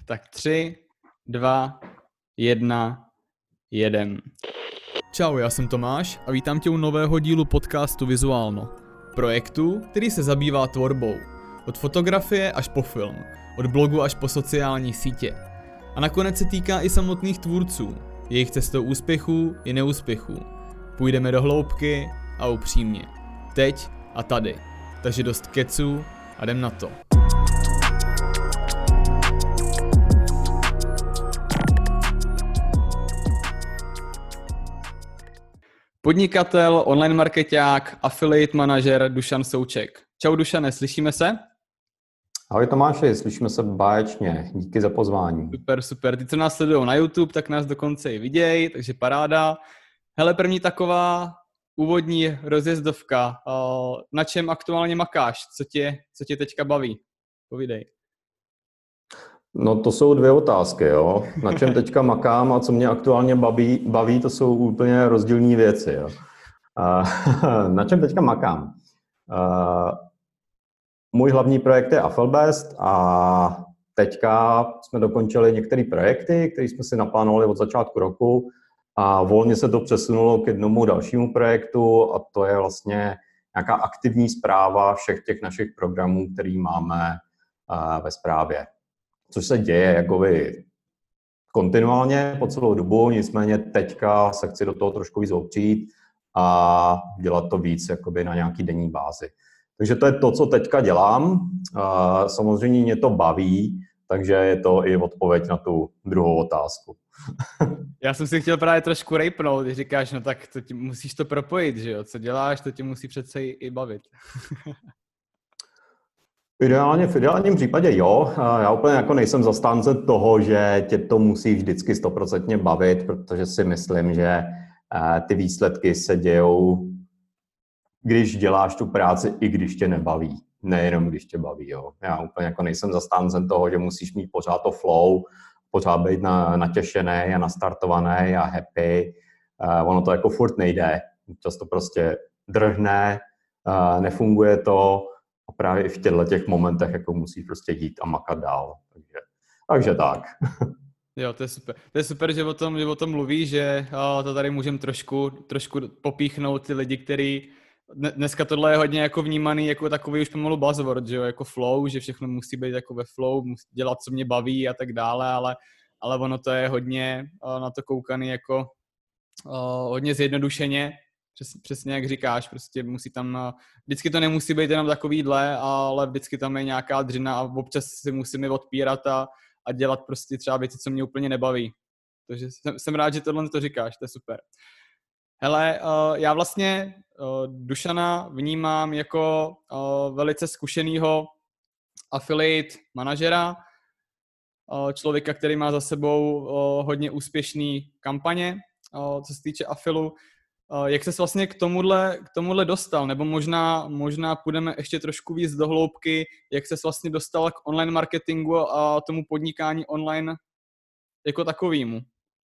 Tak 3, 2, 1, 1. Čau, já jsem Tomáš a vítám tě u nového dílu podcastu Vizuálno. Projektu, který se zabývá tvorbou. Od fotografie až po film, od blogu až po sociální sítě. A nakonec se týká i samotných tvůrců, jejich cestou úspěchů i neúspěchů. Půjdeme do hloubky a upřímně. Teď a tady. Takže dost keců a jdem na to. Podnikatel, online markeťák, affiliate manažer Dušan Souček. Čau Dušane, slyšíme se? Ahoj Tomáši, slyšíme se báječně, díky za pozvání. Super. Ty, co nás sledují na YouTube, tak nás dokonce i vidějí, takže paráda. Hele, první taková úvodní rozjezdovka. Na čem aktuálně makáš? Co tě teďka baví? Povídej. No to jsou dvě otázky, jo. Na čem teďka makám a co mě aktuálně baví, to jsou úplně rozdílné věci, jo. Na čem teďka makám? Můj hlavní projekt je Affilbest a teďka jsme dokončili některé projekty, které jsme si naplánovali od začátku roku a volně se to přesunulo k jednomu dalšímu projektu a to je vlastně nějaká aktivní správa všech těch našich programů, který máme ve správě. Což se děje jakoby kontinuálně po celou dobu, nicméně teďka se chci do toho trošku víc opřít a dělat to víc jakoby na nějaký denní bázi. Takže to je to, co teďka dělám. Samozřejmě mě to baví, takže je to i odpověď na tu druhou otázku. Já jsem si chtěl právě trošku rejpnout, když říkáš, no tak musíš to propojit, že jo? Co děláš, to tě musí přece i bavit. V ideálním případě jo. Já úplně jako nejsem zastánce toho, že tě to musí vždycky 100% bavit, protože si myslím, že ty výsledky se dějou, když děláš tu práci, i když tě nebaví. Nejenom když tě baví, jo. Já úplně jako nejsem zastáncem toho, že musíš mít pořád to flow, pořád být natěšený a nastartovaný a happy. Ono to jako furt nejde. Často prostě drhne, nefunguje to a právě i v těch momentech jako musíš prostě jít a makat dál. Takže tak. Jo, to je super. To je super, že o tom mluví, že to tady můžeme trošku popíchnout ty lidi, který dneska tohle je hodně jako vnímaný jako takový už pomalu buzzword, že jo, jako flow, že všechno musí být jako ve flow, musí dělat, co mě baví a tak dále, ale ono to je hodně na to koukaný jako hodně zjednodušeně, přesně jak říkáš, prostě musí tam, vždycky to nemusí být jenom takovýhle, ale vždycky tam je nějaká dřina a občas si musíme odpírat a dělat prostě třeba věci, co mě úplně nebaví. Takže jsem rád, že tohle to říkáš, to je super. Hele, já vlastně Dušana vnímám jako velice zkušenýho affiliate manažera, člověka, který má za sebou hodně úspěšný kampaně, co se týče affilu. Jak ses vlastně k tomuhle dostal? Nebo možná půjdeme ještě trošku víc do hloubky, jak ses vlastně dostal k online marketingu a tomu podnikání online jako takovýmu?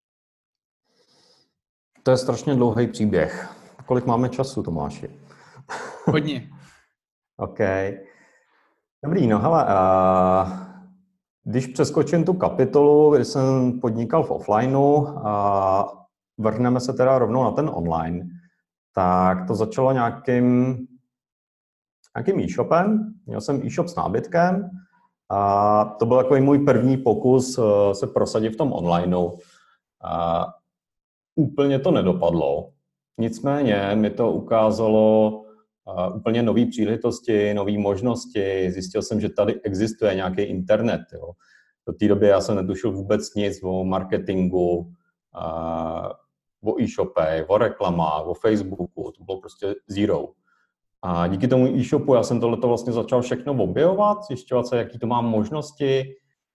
To je strašně dlouhý příběh. Kolik máme času, Tomáši? Hodně. OK. Dobrý, no hele, když přeskočím tu kapitolu, kdy jsem podnikal v offlineu a vrhneme se teda rovnou na ten online, tak to začalo nějakým e-shopem. Měl jsem e-shop s nábytkem a to byl takový můj první pokus se prosadit v tom onlineu. Úplně to nedopadlo, nicméně mi to ukázalo úplně nové příležitosti, nové možnosti. Zjistil jsem, že tady existuje nějaký internet. Jo. Do té doby já jsem netušil vůbec nic o marketingu, o e-shopech, o reklamách, o Facebooku. To bylo prostě zero. A díky tomu e-shopu já jsem tohleto vlastně začal všechno objevovat, zjišťovat se, jaký to mám možnosti.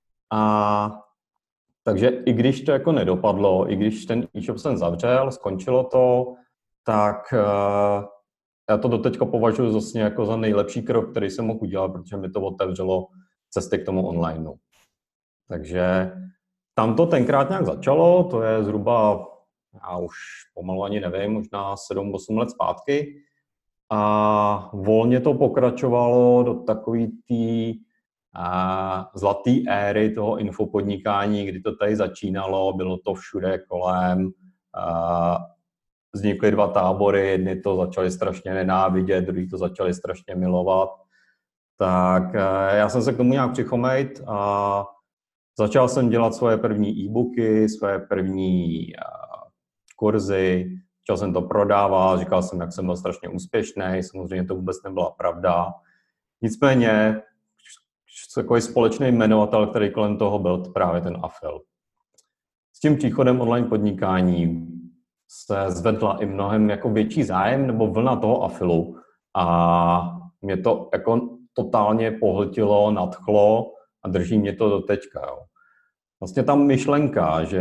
Takže i když to jako nedopadlo, i když ten e-shop jsem zavřel, skončilo to, tak já to doteďka považuji vlastně jako za nejlepší krok, který jsem mohl udělat, protože mi to otevřelo cesty k tomu onlineu. Takže tam to tenkrát nějak začalo, to je zhruba, já už pomalu ani nevím, možná 7-8 let zpátky. A volně to pokračovalo do takový té zlatý éry toho infopodnikání, kdy to tady začínalo, bylo to všude kolem. Vznikly dva tábory, jedni to začali strašně nenávidět, druhý to začali strašně milovat. Tak já jsem se k tomu nějak přichomejt a začal jsem dělat svoje první e-booky, svoje první kurzy, začal jsem to prodávat, říkal jsem, jak jsem byl strašně úspěšný, samozřejmě to vůbec nebyla pravda. Nicméně takový společný jmenovatel, který kolem toho byl, právě ten afil. S tím příchodem online podnikání se zvedla i mnohem jako větší zájem nebo vlna toho afilu a mě to jako totálně pohltilo, nadchlo a drží mě to do teďka. Jo. Vlastně ta myšlenka, že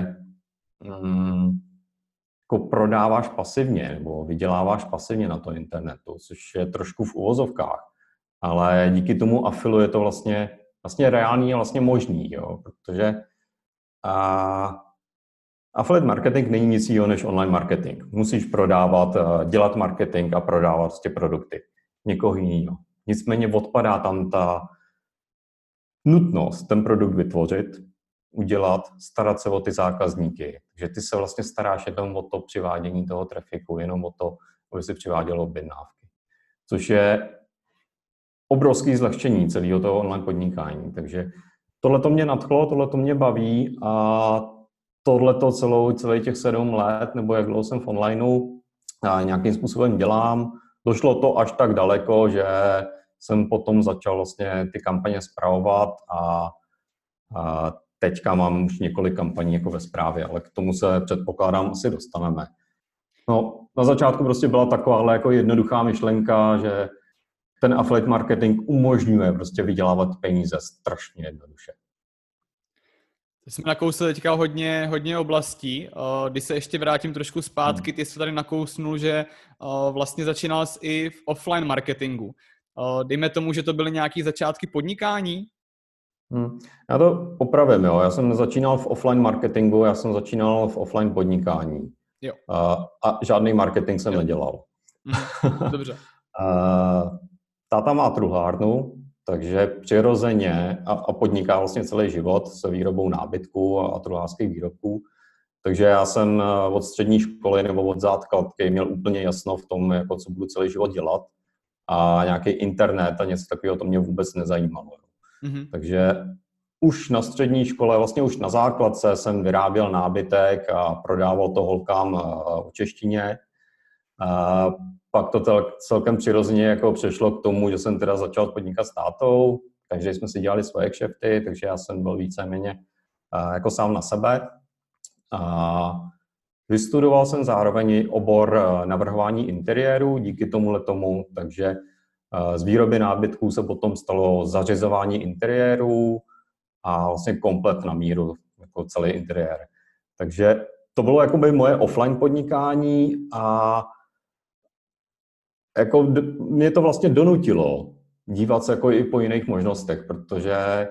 jako prodáváš pasivně nebo vyděláváš pasivně na to internetu, což je trošku v uvozovkách, ale díky tomu afilu je to vlastně reálný a vlastně možný, jo, protože affiliate marketing není nic jiného než online marketing. Musíš prodávat, dělat marketing a prodávat prostě produkty někoho jiného. Nicméně odpadá tam ta nutnost ten produkt vytvořit, udělat, starat se o ty zákazníky. Takže ty se vlastně staráš jenom o to přivádění toho trafiku, jenom o to, aby si přivádělo objednávky. Což je obrovské zlehčení celého toho online podnikání. Takže tohle to mě nadchlo, tohle to mě baví a tohleto celých těch 7 let, nebo jak dlouho jsem v onlineu, nějakým způsobem dělám. Došlo to až tak daleko, že jsem potom začal vlastně ty kampaně spravovat a teďka mám už několik kampaní jako ve správě, ale k tomu se předpokládám asi dostaneme. No, na začátku prostě byla taková jako jednoduchá myšlenka, že ten affiliate marketing umožňuje prostě vydělávat peníze strašně jednoduše. Jsme nakousli teďka hodně oblastí. Když se ještě vrátím trošku zpátky, ty jsi tady nakousnul, že vlastně začínal jsi i v offline marketingu. Dejme tomu, že to byly nějaké začátky podnikání? Já to opravím, jo. Já jsem nezačínal v offline marketingu, já jsem začínal v offline podnikání. Jo. A žádný marketing jsem nedělal. Dobře. Táta má truhlárnu, takže přirozeně a podniká vlastně celý život se výrobou nábytku a truhlářských výrobků. Takže já jsem od střední školy nebo od základky měl úplně jasno v tom, jako co budu celý život dělat. A nějaký internet a něco takového to mě vůbec nezajímalo. Mm-hmm. Takže už na střední škole, vlastně už na základce jsem vyráběl nábytek a prodával to holkám v češtině. Pak to celkem přirozeně jako přešlo k tomu, že jsem teda začal podnikat s tátou, takže jsme si dělali svoje kšefty, takže já jsem byl víceméně jako sám na sebe. Vystudoval jsem zároveň obor navrhování interiéru díky tomu, takže z výroby nábytků se potom stalo zařizování interiérů a vlastně komplet na míru, jako celý interiér. Takže to bylo jakoby moje offline podnikání a jako mě to vlastně donutilo dívat se jako i po jiných možnostech, protože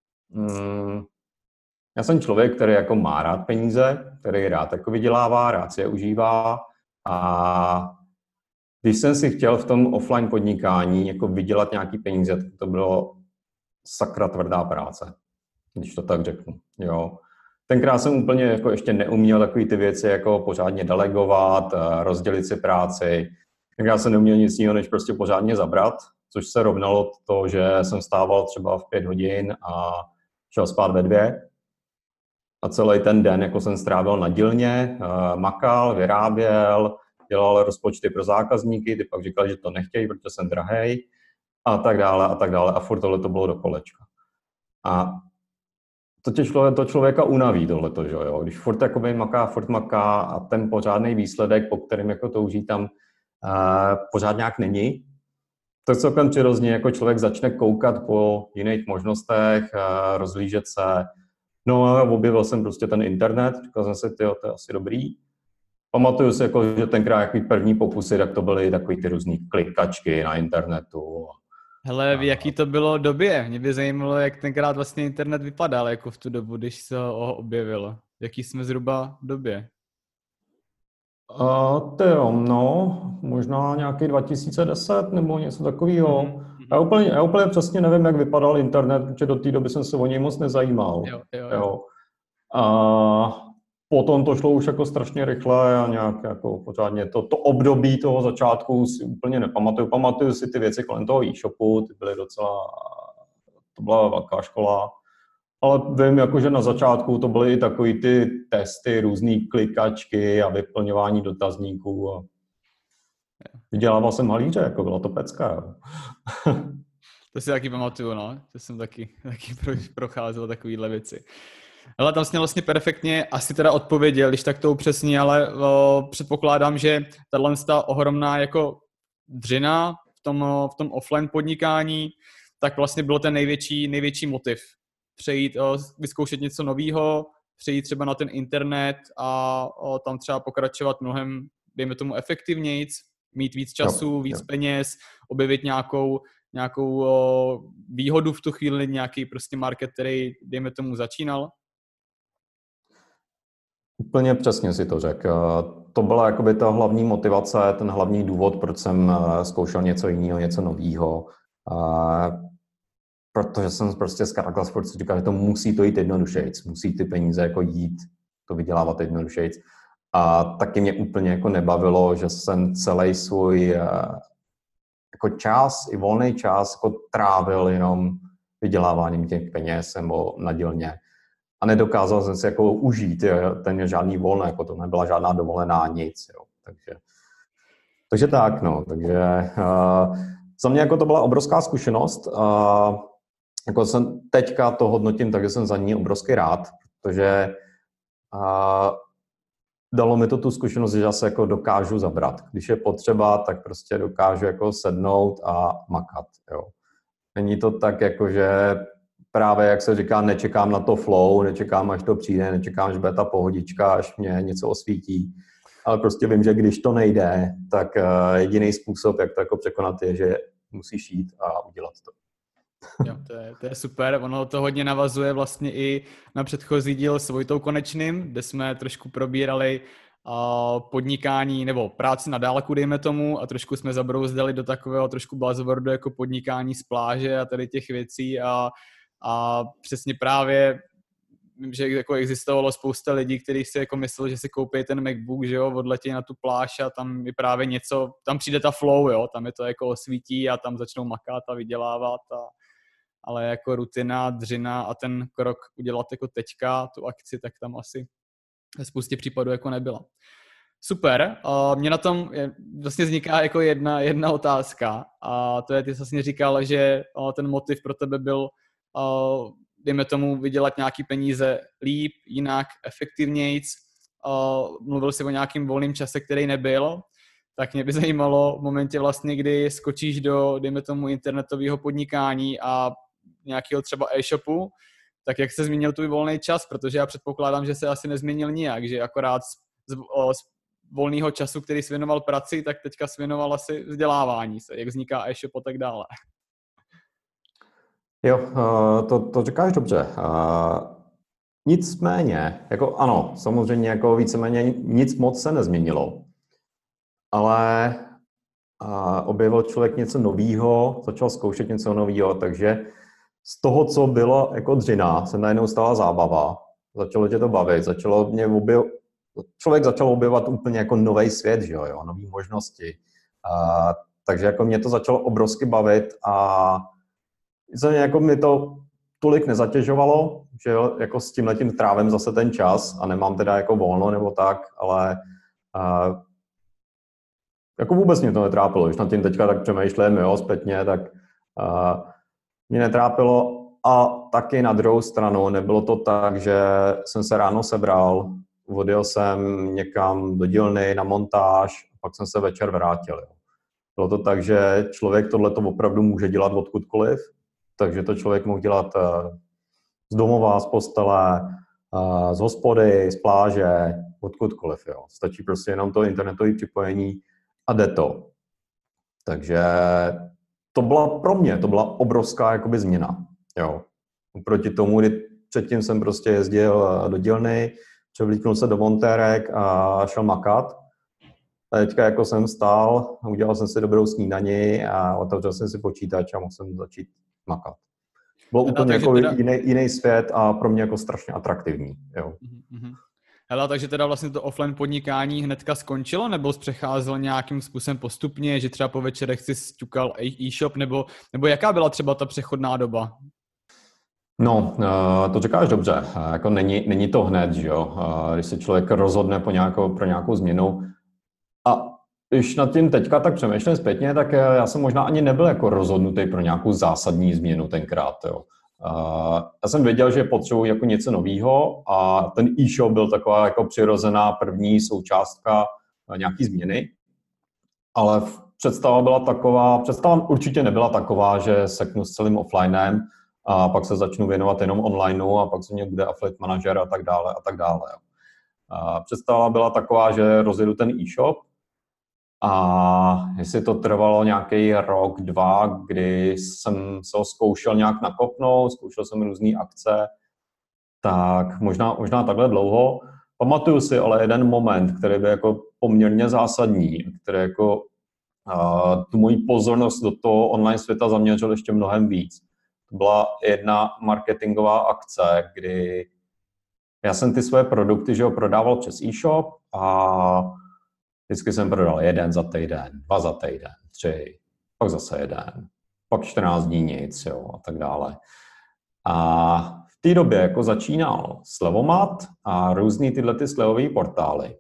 já jsem člověk, který jako má rád peníze, který rád jako vydělává, rád si je užívá a když jsem si chtěl v tom offline podnikání jako vydělat nějaký peníze, tak to bylo sakra tvrdá práce, když to tak řeknu. Jo. Tenkrát jsem úplně jako ještě neuměl takové ty věci jako pořádně delegovat, rozdělit si práci. Tenkrát jsem neuměl nic jiného, než prostě pořádně zabrat, což se rovnalo to, že jsem vstával třeba v 5 hodin a šel spát ve 2. A celý ten den jako jsem strávil na dílně, makal, vyráběl, dělal rozpočty pro zákazníky, ty pak říkali, že to nechtějí, protože jsem drahej a tak dále a furt tohle to bylo do kolečka. A to člověka unaví tohleto, že jo, když furt maká a ten pořádný výsledek, po kterém jako touží tam pořád nějak není, to celkem přirozeně jako člověk začne koukat po jiných možnostech, rozhlížet se. No a objevil jsem prostě ten internet, říkal jsem si, tyjo, to je asi dobrý. Pamatuju si, jako, že tenkrát jaký první pokusy, tak to byly takový ty různý klikačky na internetu. Hele, v jaký to bylo době? Mě by zajímalo, jak tenkrát vlastně internet vypadal jako v tu dobu, když se ho objevilo. V jaký jsme zhruba době? To jo, no, možná nějaký 2010 nebo něco takového. Mm-hmm. Já úplně přesně nevím, jak vypadal internet, protože do té doby jsem se o něj moc nezajímal. Jo. Jo. A potom to šlo už jako strašně rychle a nějak jako pořádně to období toho začátku si úplně nepamatuju. Pamatuju si ty věci kolem toho e-shopu, ty byly docela, to byla velká škola. Ale vím, jako, že na začátku to byly i takový ty testy, různý klikačky a vyplňování dotazníků. A vydělával jsem malíře, jako byla to pecka. Jo. To si taky pamatuju, no. To jsem taky procházel takovýhle věci. Ale tam jsi vlastně perfektně asi teda odpověděl, když tak to upřesní, ale předpokládám, že tato ohromná jako dřina v tom offline podnikání, tak vlastně byl ten největší motiv. Přejít, vyzkoušet něco nového, přejít třeba na ten internet a tam třeba pokračovat mnohem, dejme tomu, efektivnějc, mít víc času, víc peněz, objevit nějakou výhodu v tu chvíli, nějaký prostě market, který, dejme tomu, začínal? Úplně přesně si to řekl. To byla jakoby ta hlavní motivace, ten hlavní důvod, proč jsem zkoušel něco jiného, něco nového. Protože jsem prostě z Karakla Sports říkal, že to musí to jít jednodušejc, musí ty peníze jako jít, to vydělávat jednodušejc. A taky mě úplně jako nebavilo, že jsem celý svůj jako čas, i volný čas jako trávil jenom vyděláváním těch peněz nebo na dílně. A nedokázal jsem si jako užít ten žádný volno, jako to nebyla žádná dovolená, nic. Jo. Takže tak, no. Takže za mě jako to byla obrovská zkušenost. Jako jsem teďka to hodnotím, takže jsem za ní obrovský rád, protože dalo mi to tu zkušenost, že já se jako dokážu zabrat. Když je potřeba, tak prostě dokážu jako sednout a makat. Jo. Není to tak, jako že právě, jak se říká, nečekám na to flow, nečekám, až to přijde, nečekám, že bude ta pohodička, až mě něco osvítí. Ale prostě vím, že když to nejde, tak jediný způsob, jak to jako překonat, je, že musíš jít a udělat to. Jo, to je super. Ono to hodně navazuje vlastně i na předchozí díl s Vojtou Konečným, kde jsme trošku probírali podnikání nebo práci na dálku, dejme tomu, a trošku jsme zabrouzdali do takového trošku buzzwordu jako podnikání z pláže a tady těch věcí a přesně právě vím, že jako existovalo spousta lidí, kteří si jako mysleli, že si koupí ten MacBook, že jo, odletí na tu pláž a tam je právě něco, tam přijde ta flow, jo, tam je to jako osvítí a tam začnou makat a vydělávat ale jako rutina, dřina a ten krok udělat jako teďka, tu akci, tak tam asi ve spoustě případů jako nebyla. Super, mě na tom vlastně vzniká jako jedna otázka a to je, ty jsi vlastně říkal, že ten motiv pro tebe byl, dejme tomu, vydělat nějaký peníze líp, jinak, efektivnějc, mluvil jsi o nějakým volným čase, který nebyl, tak mě by zajímalo v momentě vlastně, kdy skočíš do, dejme tomu, internetového podnikání a nějakého třeba e-shopu, tak jak se změnil tvůj volný čas, protože já předpokládám, že se asi nezměnil nijak, že akorát z volného času, který jsi věnoval praci, tak teďka jsi věnoval asi vzdělávání se, jak vzniká e-shop a tak dále. Jo, to říkáš dobře. Nicméně, jako ano, samozřejmě jako víceméně nic moc se nezměnilo, ale objevil člověk něco novýho, začal zkoušet něco novýho, takže z toho, co bylo jako dřina, se najednou stala zábava. Začalo tě to bavit, člověk začal objevovat úplně jako nový svět, že jo, nový možnosti. Takže jako mě to začalo obrovsky bavit a jako mi to tolik nezatěžovalo, že jo, jako s tímhletím trávím zase ten čas a nemám teda jako volno nebo tak, ale jako vůbec mě to netrápilo. Když nad tím teďka tak přemýšlím, jo, zpětně, tak mě netrápilo a taky na druhou stranu nebylo to tak, že jsem se ráno sebral, odjel jsem někam do dílny na montáž a pak jsem se večer vrátil. Jo. Bylo to tak, že člověk tohleto opravdu může dělat odkudkoliv, takže to člověk mohl dělat z domova, z postele, z hospody, z pláže, odkudkoliv. Jo. Stačí prostě jenom to internetové připojení a jde to. Takže to byla pro mě, to byla obrovská jakoby změna. Jo. Oproti tomu, kdy předtím jsem prostě jezdil do dílny, převlíknul se do montérek a šel makat, A teďka jako jsem stál, udělal jsem si dobrou snídani a otevřel jsem si počítač a mohl jsem začít makat. Byl úplně jako teda... jiný svět a pro mě jako strašně atraktivní. Jo. Hele, takže teda vlastně to offline podnikání hnedka skončilo, nebo jsi přecházel nějakým způsobem postupně, že třeba po večerech si sťukal e-shop, nebo jaká byla třeba ta přechodná doba? No, to říkáš dobře. Jako není to hned, že jo? Když se člověk rozhodne pro nějakou změnu. A když nad tím teďka tak přemýšlím zpětně, tak já jsem možná ani nebyl jako rozhodnutý pro nějakou zásadní změnu tenkrát, jo. Já jsem věděl, že potřebuji jako něco nového a ten e-shop byl taková jako přirozená první součástka nějaký změny, ale představa určitě nebyla taková, že seknu s celým offlinem a pak se začnu věnovat jenom onlineu a pak se mě bude affiliate manažer a tak dále a tak dále. Představa byla taková, že rozjedu ten e-shop a jestli to trvalo nějaký rok, 2, kdy jsem se ho zkoušel nějak nakopnout, zkoušel jsem různé akce, tak možná takhle dlouho. Pamatuju si ale jeden moment, který byl jako poměrně zásadní, který jako tu moji pozornost do toho online světa zaměřil ještě mnohem víc. To byla jedna marketingová akce, kdy já jsem ty svoje produkty, že ho prodával přes e-shop a vždycky jsem prodal 1 za týden, 2 za týden, 3, pak zase 1, pak 14 dní nic, jo, a tak dále. A v té době jako začínal Slevomat a různý tyhle ty slevové portály.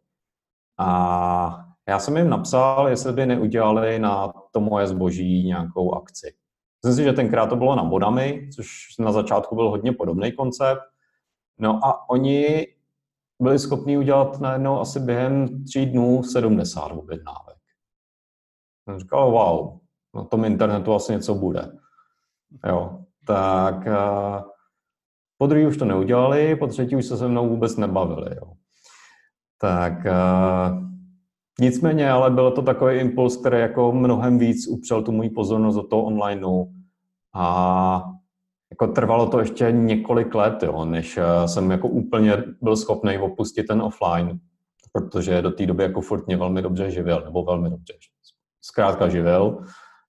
A já jsem jim napsal, jestli by neudělali na to moje zboží nějakou akci. Myslím si, že tenkrát to bylo na Bodami, což na začátku byl hodně podobný koncept. No a oni byli schopni udělat najednou asi během 3 dnů 70 objednávek. Jsem říkal, wow, na tom internetu asi něco bude. Jo, tak po druhý už to neudělali, po třetí už se mnou vůbec nebavili. Jo. Tak nicméně, ale byl to takový impuls, který jako mnohem víc upřel tu moji pozornost do toho onlineu a jako trvalo to ještě několik let, jo, než jsem jako úplně byl schopný opustit ten offline, protože do té doby jako furt mě velmi dobře živil, nebo velmi dobře, zkrátka živil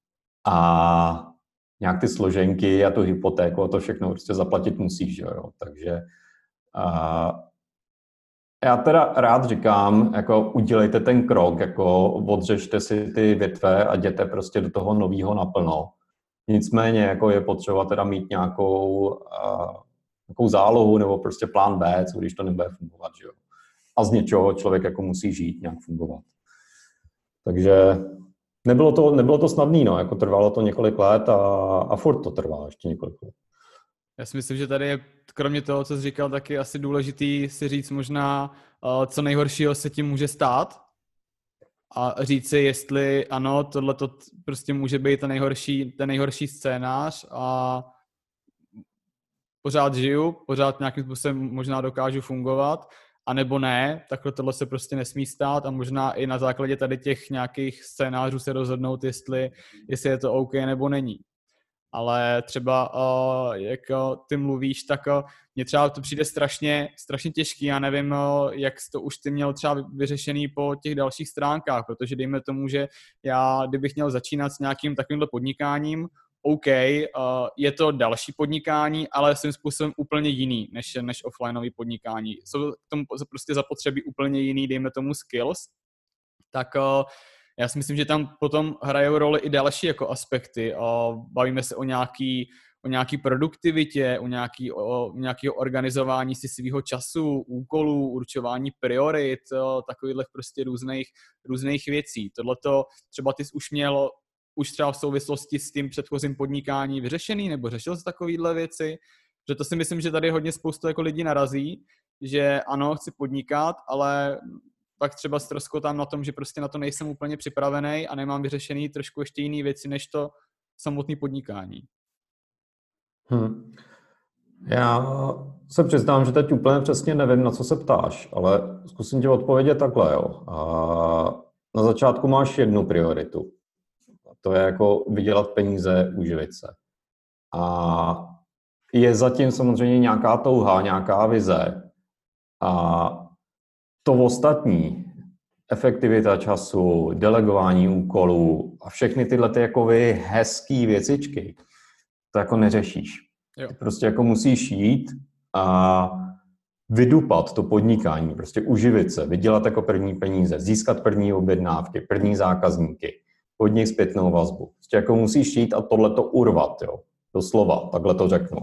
a nějak ty složenky a tu hypotéku a to všechno prostě zaplatit musíš, že jo, takže já teda rád říkám, jako udělejte ten krok, jako odřežte si ty větve a jděte prostě do toho nového naplno. Nicméně jako je potřeba teda mít nějakou zálohu nebo prostě plán B, co když to nebude fungovat, že jo. A z něčeho člověk jako musí žít, nějak fungovat. Takže nebylo to snadný, no, jako trvalo to několik let a furt to trvá ještě několik let. Já si myslím, že tady je, kromě toho, co jsi říkal, taky asi důležitý si říct možná, co nejhoršího se tím může stát a říct si, jestli ano, tohle to prostě může být ten nejhorší scénář a pořád žiju, pořád nějakým způsobem možná dokážu fungovat, anebo ne, takhle tohle se prostě nesmí stát a možná i na základě tady těch nějakých scénářů se rozhodnout, jestli je to OK nebo není. Ale třeba, jak ty mluvíš, tak mně třeba to přijde strašně těžký. Já nevím, jak jsi to už ty měl třeba vyřešený po těch dalších stránkách, protože dejme tomu, že já, kdybych měl začínat s nějakým takovýmhle podnikáním, OK, je to další podnikání, ale svým způsobem úplně jiný než offlineový podnikání. Jsou k tomu prostě zapotřebí úplně jiný, dejme tomu skills, tak já si myslím, že tam potom hrajou roli i další jako aspekty. Bavíme se o nějaký produktivitě, o nějakého organizování si svýho času, úkolů, určování priorit, takových prostě různých věcí. Tohleto třeba ty jsi už měl třeba v souvislosti s tím předchozím podnikání vyřešený, nebo řešil jsi takovýhle věci? Protože to si myslím, že tady hodně spoustu jako lidí narazí, že ano, chci podnikat, ale pak třeba ztroskotám na tom, že prostě na to nejsem úplně připravený a nemám vyřešený trošku ještě jiný věci, než to samotné podnikání. Já se přiznám, že teď úplně přesně nevím, na co se ptáš, ale zkusím ti odpovědět takhle, jo. Na začátku máš jednu prioritu. To je jako vydělat peníze, uživit se. A je zatím samozřejmě nějaká touha, nějaká vize. A to ostatní, efektivita času, delegování úkolů a všechny tyhle ty jakoby hezký věcičky, to jako neřešíš. Jo. Ty prostě jako musíš jít a vydupat to podnikání, prostě uživit se, vydělat jako první peníze, získat první objednávky, první zákazníky, od nich zpětnou vazbu. Prostě jako musíš jít a tohleto urvat, jo, doslova, takhle to řeknu.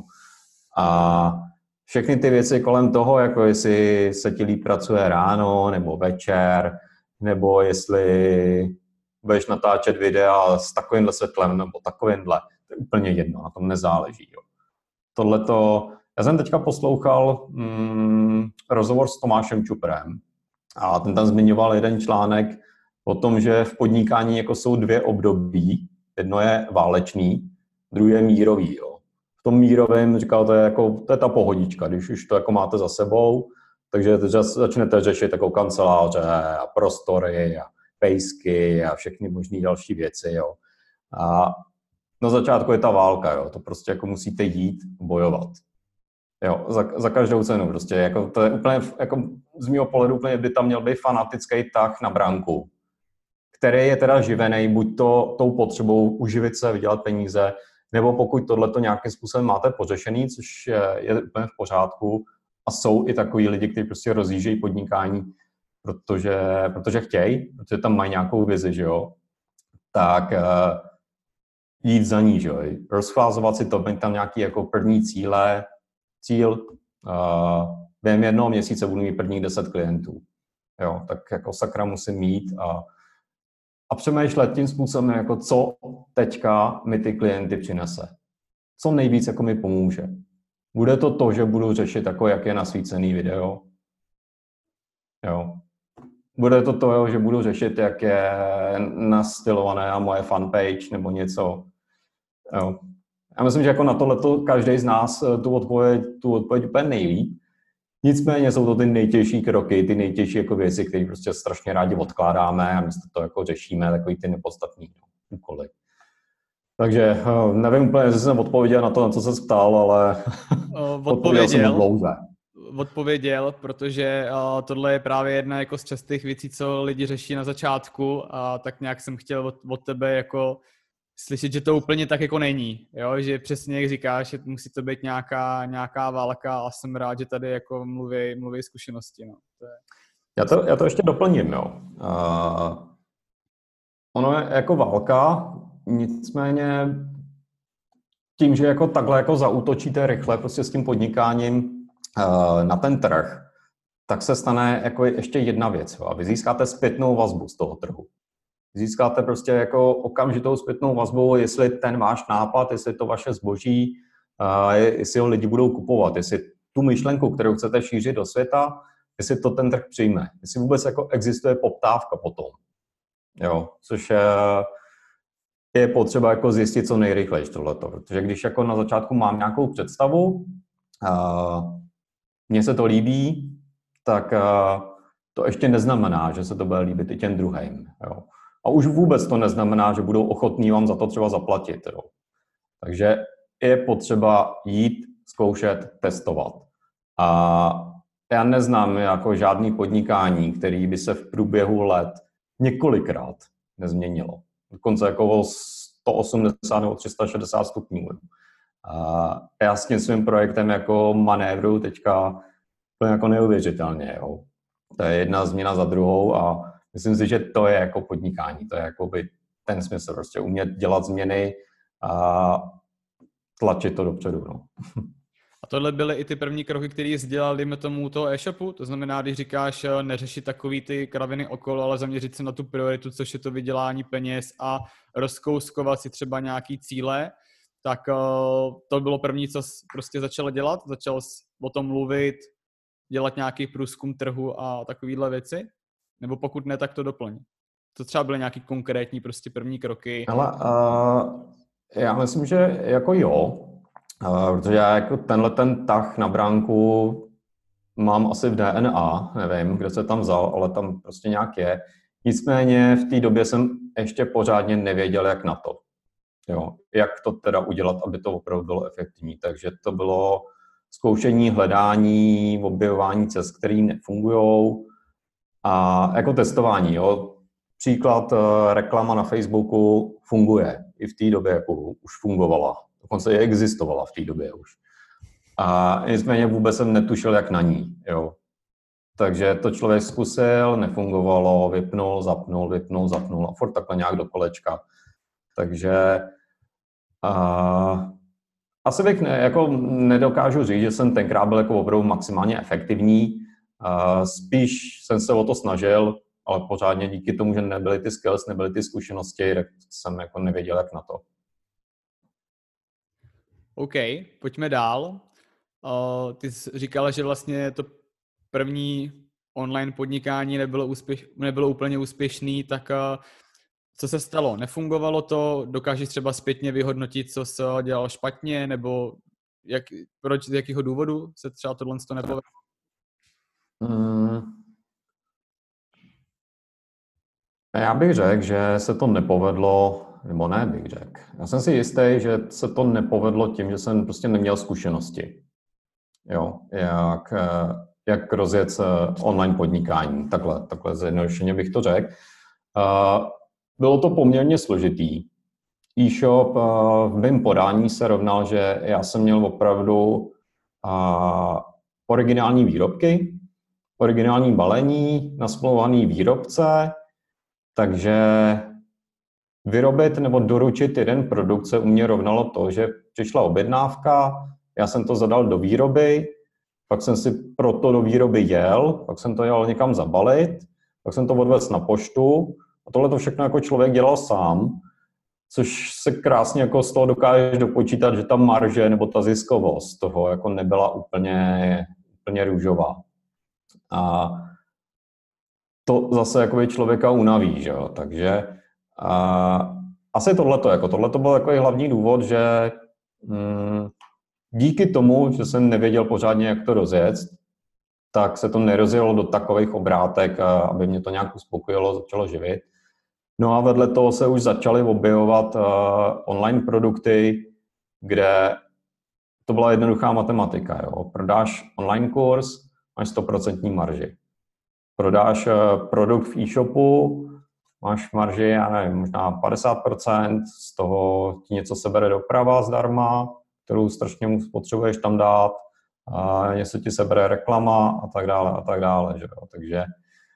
A všechny ty věci kolem toho, jako jestli se ti líp pracuje ráno nebo večer, nebo jestli budeš natáčet videa s takovýmhle světlem nebo takovýmhle, to je úplně jedno, na tom nezáleží. Jo. Tohleto, já jsem teďka poslouchal rozhovor s Tomášem Čuprem a ten tam zmiňoval jeden článek o tom, že v podnikání jako jsou dvě období. Jedno je válečný, druhé je mírový. Jo. V tom mírovém, říkal, to je ta pohodička, když už to jako máte za sebou, takže začnete řešit jako kanceláře a prostory a pejsky a všechny možné další věci. Jo. A na začátku je ta válka, jo. To prostě jako musíte jít bojovat. Jo, za každou cenu prostě, jako to je úplně, jako z mého pohledu úplně by tam měl být fanatický tah na branku, který je teda živený buď tou potřebou uživit se, vydělat peníze, nebo pokud tohleto nějakým způsobem máte pořešený, což je úplně v pořádku a jsou i takový lidi, kteří prostě rozjíždějí podnikání, protože chtějí, protože tam mají nějakou vizi, že jo, tak jít za ní, že jo, rozchvázovat si to, mít tam nějaký jako první cíl, během jednoho měsíce budu mít prvních 10 klientů. Jo, tak jako sakra musím mít a přemýšlet tím způsobem, jako co teďka mi ty klienty přinese. Co nejvíc jako mi pomůže. Bude to, že budu řešit, jako jak je nasvícený video. Jo. Bude to, že budu řešit, jak je nastylované moje fanpage nebo něco. Jo. Já myslím, že jako na tohleto každý z nás tu odpověď úplně neví. Nicméně jsou to ty nejtěžší kroky, ty nejtěžší jako věci, které prostě strašně rádi odkládáme a místo to jako řešíme, takový ty nepodstatný úkoly. Takže nevím úplně, jestli jsem odpověděl na to, na co se ptal, ale odpověděl, protože tohle je právě jedna jako z častých věcí, co lidi řeší na začátku a tak nějak jsem chtěl od tebe jako slyšet, že to úplně tak jako není, jo? Že přesně jak říkáš, že musí to být nějaká válka a jsem rád, že tady jako mluví zkušenosti. No. Já to ještě doplním. Jo. Ono je jako válka, nicméně tím, že jako takhle jako zaútočíte rychle prostě s tím podnikáním na ten trh, tak se stane jako ještě jedna věc. Jo. A vy získáte zpětnou vazbu z toho trhu. Získáte prostě jako okamžitou zpětnou vazbu, jestli ten váš nápad, jestli to vaše zboží, jestli ho lidi budou kupovat, jestli tu myšlenku, kterou chcete šířit do světa, jestli to ten trh přijme, jestli vůbec jako existuje poptávka potom. Jo, což je potřeba jako zjistit co nejrychleji tohleto, protože když jako na začátku mám nějakou představu, mně se to líbí, tak to ještě neznamená, že se to bude líbit i těm druhým. Jo. A už vůbec to neznamená, že budou ochotní vám za to třeba zaplatit. Jo. Takže je potřeba jít, zkoušet, testovat. A já neznám jako žádný podnikání, který by se v průběhu let několikrát nezměnilo. Dokonce jako 180 nebo 360 stupňů. A já s tím svým projektem jako manévru teďka jako neuvěřitelně. Jo. To je jedna změna za druhou a myslím si, že to je jako podnikání, to je jako by ten smysl, prostě umět dělat změny a tlačit to dopředu. No. A tohle byly i ty první kroky, které jsi dělal, dejme tomu, toho e-shopu? To znamená, když říkáš, neřešit takový ty kraviny okolo, ale zaměřit se na tu prioritu, což je to vydělání peněz a rozkouskovat si třeba nějaký cíle, tak to bylo první, co jsi prostě začal dělat? Začal jsi o tom mluvit, dělat nějaký průzkum trhu a takovýhle věci? Nebo pokud ne, tak to doplň. To třeba byly nějaký konkrétní prostě první kroky? Ale já myslím, že jako jo, protože já jako ten tah na bránku mám asi v DNA, nevím, kde se tam vzal, ale tam prostě nějak je. Nicméně v té době jsem ještě pořádně nevěděl, jak na to. Jo, jak to teda udělat, aby to opravdu bylo efektivní. Takže to bylo zkoušení, hledání, objevování cest, které nefungujou. A jako testování, jo. Příklad, reklama na Facebooku funguje. I v té době jako už fungovala. Dokonce i existovala v té době už. A nicméně vůbec jsem netušil, jak na ní, jo. Takže to člověk zkusil, nefungovalo, vypnul, zapnul a furt takhle nějak do kolečka. Takže asi bych jako nedokážu říct, že jsem tenkrát byl jako opravdu maximálně efektivní. Spíš jsem se o to snažil, ale pořádně díky tomu, že nebyly ty skills, nebyly ty zkušenosti, tak jsem jako nevěděl, jak na to. OK, pojďme dál. Ty jsi říkala, že vlastně to první online podnikání nebylo úplně úspěšný, tak co se stalo? Nefungovalo to? Dokážeš třeba zpětně vyhodnotit, co se dělalo špatně, nebo proč, z jakého důvodu se třeba tohle nepovedlo? Já bych řekl, že se to nepovedlo, nebo ne bych řekl. Já jsem si jistý, že se to nepovedlo tím, že jsem prostě neměl zkušenosti. Jo, jak rozjet online podnikání. Takhle zjednodušeně bych to řekl. Bylo to poměrně složitý. E-shop v mém podání se rovnal, že já jsem měl opravdu originální výrobky, originální balení, nasmlouvaný výrobce, takže vyrobit nebo doručit jeden produkt se u mě rovnalo to, že přišla objednávka, já jsem to zadal do výroby, pak jsem si proto do výroby jel, pak jsem to jel někam zabalit, pak jsem to odvezl na poštu a tohle to všechno jako člověk dělal sám, což se krásně jako z toho dokážeš dopočítat, že ta marže nebo ta ziskovost toho jako nebyla úplně růžová. A to zase jako člověka unaví, že jo, takže asi tohleto byl jako hlavní důvod, že díky tomu, že jsem nevěděl pořádně, jak to rozjet, tak se to nerozjelo do takových obrátek, aby mě to nějak uspokojilo, začalo živit. No a vedle toho se už začaly objevovat online produkty, kde to byla jednoduchá matematika. Jo. Prodáš online kurz, máš 100% marži. Prodáš produkt v e-shopu, máš marži, já nevím, možná 50%, z toho ti něco sebere doprava zdarma, kterou strašně moc potřebuješ tam dát, a něco ti sebere reklama a tak dále. Že jo. Takže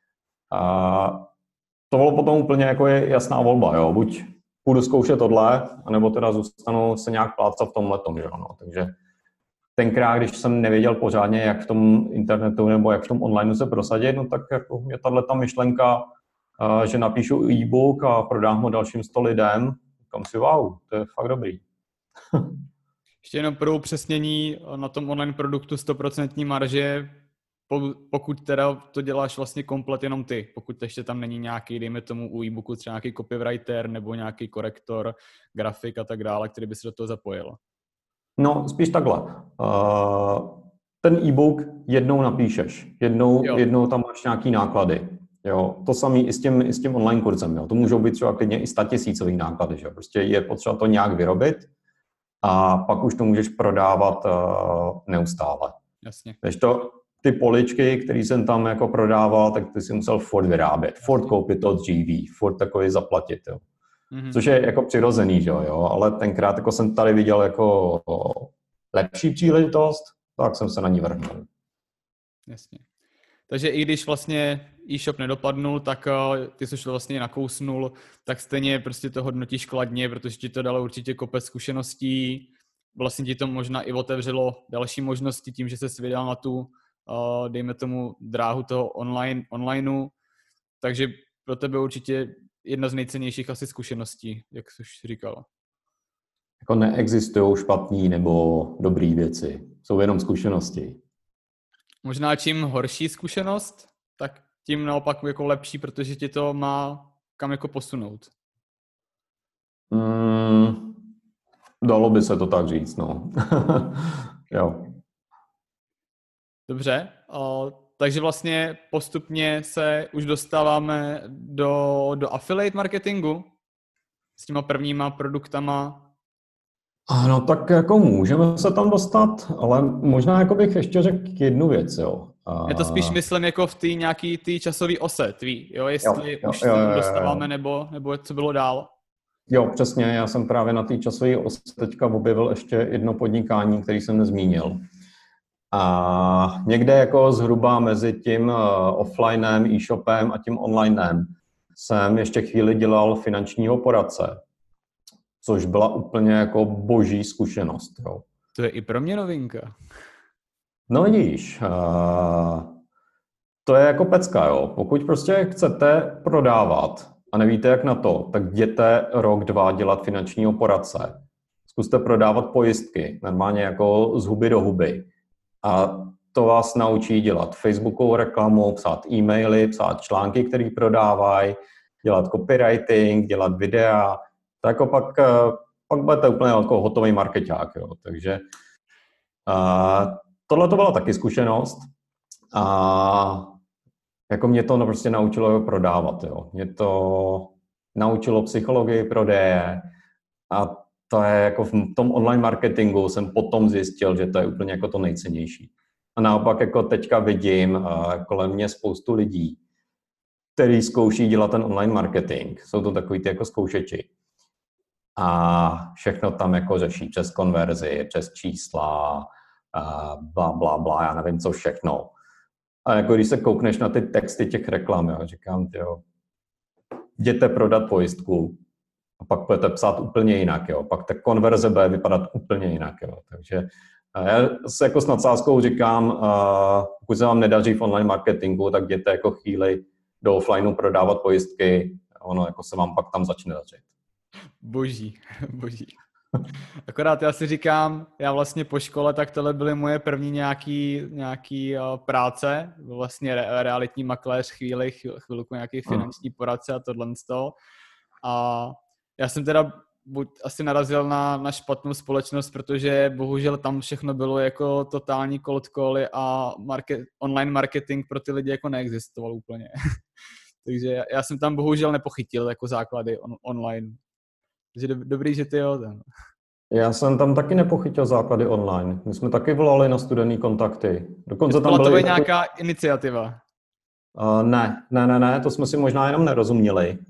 to bylo potom úplně jako jasná volba, jo. Buď půjdu zkoušet tohle, anebo teda zůstanu se nějak plácat v tomhletom, že jo. No. Takže tenkrát, když jsem nevěděl pořádně, jak v tom internetu nebo jak v tom online se prosadit, no tak jako je tato myšlenka, že napíšu e-book a prodám ho dalším 100 lidem, říkám si, wow, to je fakt dobrý. Ještě jenom pro upřesnění, na tom online produktu 100% marže, pokud teda to děláš vlastně komplet jenom ty, pokud ještě tam není nějaký, dejme tomu u e-booku třeba nějaký copywriter nebo nějaký korektor, grafik a tak dále, který by se do toho zapojil. No, spíš takhle. Ten e-book jednou napíšeš, jednou tam máš nějaký náklady. Jo. To samé i s tím online kurzem. Jo. To můžou být třeba klidně i 100 000 náklady. Že? Prostě je potřeba to nějak vyrobit a pak už to můžeš prodávat neustále. Jasně. Takže ty poličky, které jsem tam jako prodával, tak ty si musel furt vyrábět, furt koupit to dříví, furt takový zaplatit. Jo. Mm-hmm. Což je jako přirozený, že jo, ale tenkrát jako jsem tady viděl jako lepší příležitost, tak jsem se na ní vrhnul. Jasně. Takže i když vlastně e-shop nedopadnul, tak ty jsi to vlastně nakousnul, tak stejně prostě to hodnotíš kladně, protože ti to dalo určitě kopec zkušeností, vlastně ti to možná i otevřelo další možnosti tím, že jsi vydal na tu, dejme tomu, dráhu toho onlineu, takže pro tebe určitě jedna z nejcennějších asi zkušeností, jak jsi říkal. Jako neexistují špatný nebo dobrý věci, jsou jenom zkušenosti. Možná čím horší zkušenost, tak tím naopak jako lepší, protože ti to má kam jako posunout. Dalo by se to tak říct, no. Jo. Dobře, takže vlastně postupně se už dostáváme do affiliate marketingu s těma prvníma produktama. No tak jako můžeme se tam dostat, ale možná jako bych ještě řekl jednu věc, jo. Já to spíš myslím jako v té nějaký tý časový ose tvý, jo, jestli Jo, už se tam dostáváme, nebo co bylo dál. Jo, přesně, já jsem právě na té časové ose teďka objevil ještě jedno podnikání, který jsem nezmínil. A někde jako zhruba mezi tím offlinem, e-shopem a tím onlinem jsem ještě chvíli dělal finančního poradce, což byla úplně jako boží zkušenost. Jo. To je i pro mě novinka. No vidíš, to je jako pecka, jo. Pokud prostě chcete prodávat a nevíte, jak na to, tak jděte rok, 2 dělat finančního poradce. Zkuste prodávat pojistky, normálně jako z huby do huby. A to vás naučí dělat Facebookovou reklamu, psát e-maily, psát články, které prodávají, dělat copywriting, dělat videa. Tak jako pak budete úplně jako hotový markeťák. Jo. Takže tohle to byla taky zkušenost. A jako mě to prostě naučilo prodávat. Jo. Mě to naučilo psychologii prodeje a to je jako v tom online marketingu jsem potom zjistil, že to je úplně jako to nejcennější. A naopak jako teďka vidím kolem mě spoustu lidí, kteří zkouší dělat ten online marketing. Jsou to takový ty jako zkoušeči. A všechno tam jako řeší přes konverzi, přes čísla, bla, bla, bla, já nevím co všechno. A jako když se koukneš na ty texty těch reklam, jo, říkám, tyjo, jděte prodat pojistku a pak budete psát úplně jinak, jo. Pak ta konverze bude vypadat úplně jinak, jo. Takže já se jako s nadsázkou říkám, pokud se vám nedaří v online marketingu, tak jděte jako chvíli do offlineu prodávat pojistky, ono jako se vám pak tam začne dařit. Boží. Akorát já si říkám, já vlastně po škole, tak tohle byly moje první nějaký práce, vlastně realitní makléř chvilku nějaký finanční poradce a tohle z toho. A já jsem teda buď asi narazil na špatnou společnost, protože bohužel tam všechno bylo jako totální cold cally a online marketing pro ty lidi jako neexistoval úplně. Takže já jsem tam bohužel nepochytil jako základy online. Takže dobrý, že ty jo. Já jsem tam taky nepochytil základy online. My jsme taky volali na studený kontakty. Dokonce tam byla to nějaká iniciativa? Ne, to jsme si možná jenom nerozuměli.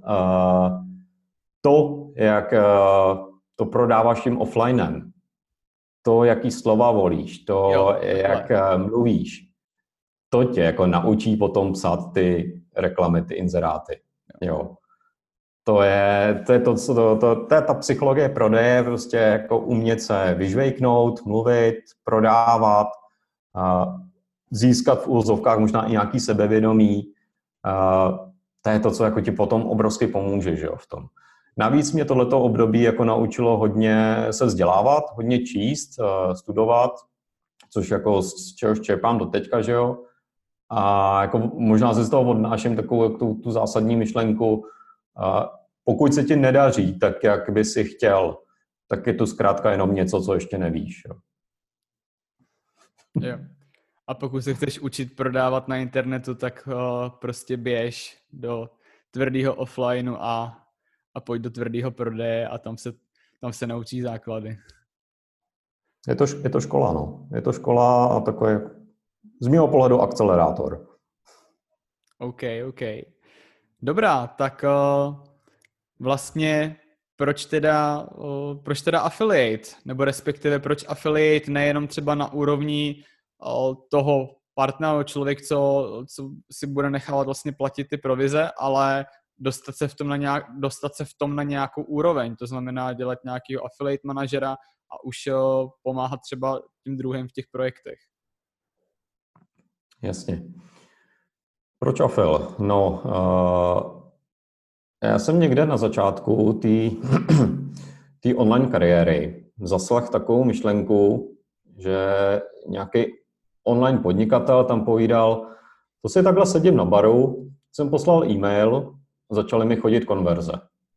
To, jak to prodáváš tím offlinem, to, jaký slova volíš, to, jak mluvíš, to tě jako naučí potom psát ty reklamy, ty inzeráty. Jo. To je ta psychologie prodeje, prostě jako umět se vyžvejknout, mluvit, prodávat, získat v úvozovkách možná i nějaký sebevědomí. To je to, co jako ti potom obrovsky pomůže, že jo, v tom. Navíc mě tohleto období jako naučilo hodně se vzdělávat, hodně číst, studovat, což jako z čehož čerpám do teďka, že jo. A jako možná si z toho odnáším takovou tu zásadní myšlenku, pokud se ti nedaří tak, jak by si chtěl, tak je to zkrátka jenom něco, co ještě nevíš. Jo. A pokud se chceš učit prodávat na internetu, tak prostě běž do tvrdého offlineu a pojď do tvrdého prodeje a tam se naučí základy. Je to škola, no. Je to škola a takový z mého pohledu akcelerátor. OK. Dobrá, tak vlastně proč teda affiliate? Nebo respektive proč affiliate nejenom třeba na úrovni toho partnera, člověk, co si bude nechávat vlastně platit ty provize, ale dostat se v tom na nějakou úroveň. To znamená dělat nějakého affiliate manažera a už pomáhat třeba tím druhým v těch projektech. Jasně. Proč afil? No, já jsem někde na začátku té online kariéry zaslal takovou myšlenku, že nějaký online podnikatel tam povídal, to si takhle sedím na baru, jsem poslal e-mail, začaly mi chodit konverze.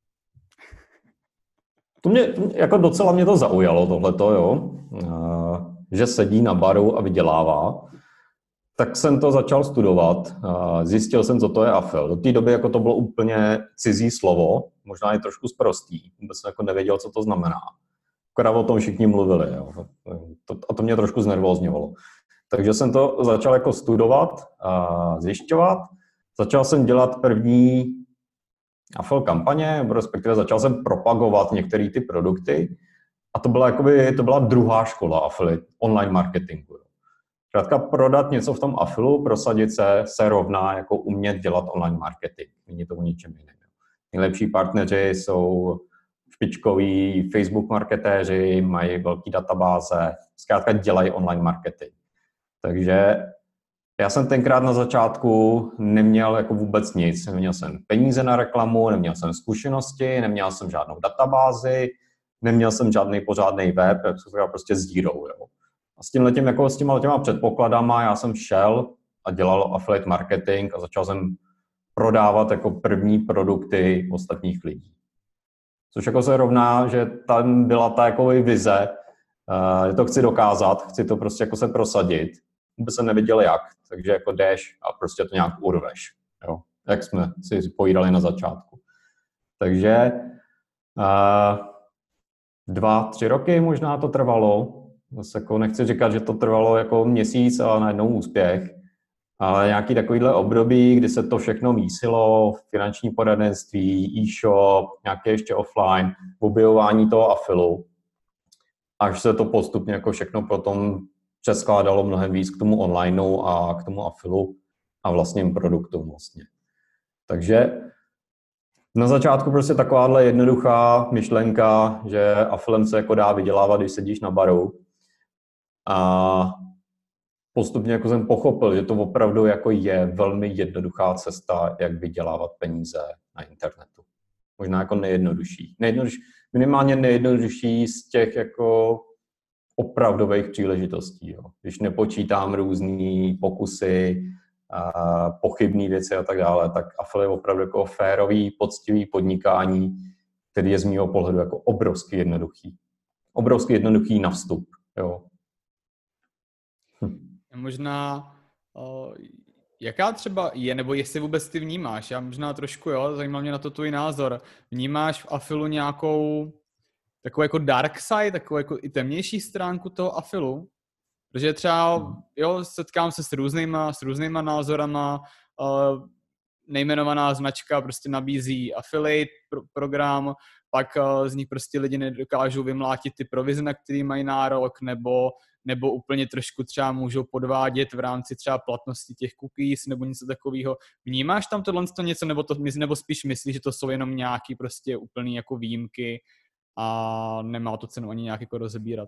Jako docela mě to zaujalo tohleto, jo, že sedí na baru a vydělává. Tak jsem to začal studovat, zjistil jsem, co to je afil. Do té doby jako to bylo úplně cizí slovo, možná i trošku sprostý, vůbec jsem jako nevěděl, co to znamená. Akorát o tom všichni mluvili, jo. A to mě trošku znervózňovalo. Takže jsem to začal jako studovat a zjišťovat. Začal jsem dělat první affiliate kampaně, respektive začal jsem propagovat některé ty produkty. A to byla druhá škola affiliate online marketingu. Zkrátka prodat něco v tom affilu, prosadit se rovná jako umět dělat online marketing. Není to o ničem jiném. Nejlepší partneři jsou špičkoví Facebook marketéři, mají velký databáze, zkrátka dělají online marketing. Takže já jsem tenkrát na začátku neměl jako vůbec nic. Neměl jsem peníze na reklamu, neměl jsem zkušenosti, neměl jsem žádnou databázi, neměl jsem žádný pořádný web, prostě zero. Jo. A s těma předpokladama já jsem šel a dělal affiliate marketing a začal jsem prodávat jako první produkty ostatních lidí. Což jako se rovná, že tam byla ta jako vize, že to chci dokázat, chci to prostě jako se prosadit. Vůbec jsem nevěděl jak, takže jako jdeš a prostě to nějak urveš, jo, jak jsme si povídali na začátku. Takže 2-3 roky možná to trvalo. Zase jako nechci říkat, že to trvalo jako měsíc a najednou úspěch, ale nějaký takovýhle období, kdy se to všechno mísilo, finanční poradenství, e-shop, nějaké ještě offline, objevování toho affilu, až se to postupně jako všechno potom přeskládalo mnohem víc k tomu onlineu a k tomu affilu a vlastním produktům vlastně. Takže na začátku prostě takováhle jednoduchá myšlenka, že affilem se jako dá vydělávat, když sedíš na baru. A postupně jako jsem pochopil, že to opravdu jako je velmi jednoduchá cesta, jak vydělávat peníze na internetu. Možná jako nejjednodušší. Minimálně nejjednodušší z těch jako opravdových příležitostí. Jo. Když nepočítám různý pokusy, pochybné věci a tak dále, tak affiliate je opravdu jako férový, poctivý podnikání, který je z mého pohledu jako obrovsky jednoduchý. Obrovsky jednoduchý na vstup. Jo. Možná, jaká třeba je, nebo jestli vůbec ty vnímáš, já možná trošku, jo, zajímá mě na to tvůj názor, vnímáš v affilu nějakou takovou jako dark side, takovou jako i temnější stránku toho affilu? Protože třeba, jo, setkám se s různýma názorama, nejmenovaná značka prostě nabízí affiliate program, pak z nich prostě lidi nedokážou vymlátit ty provize, na který mají nárok, nebo úplně trošku třeba můžou podvádět v rámci třeba platnosti těch cookies nebo něco takového. Vnímáš tam tohle něco, nebo spíš myslíš, že to jsou jenom nějaký prostě úplný jako výjimky a nemá to cenu ani nějak jako rozebírat?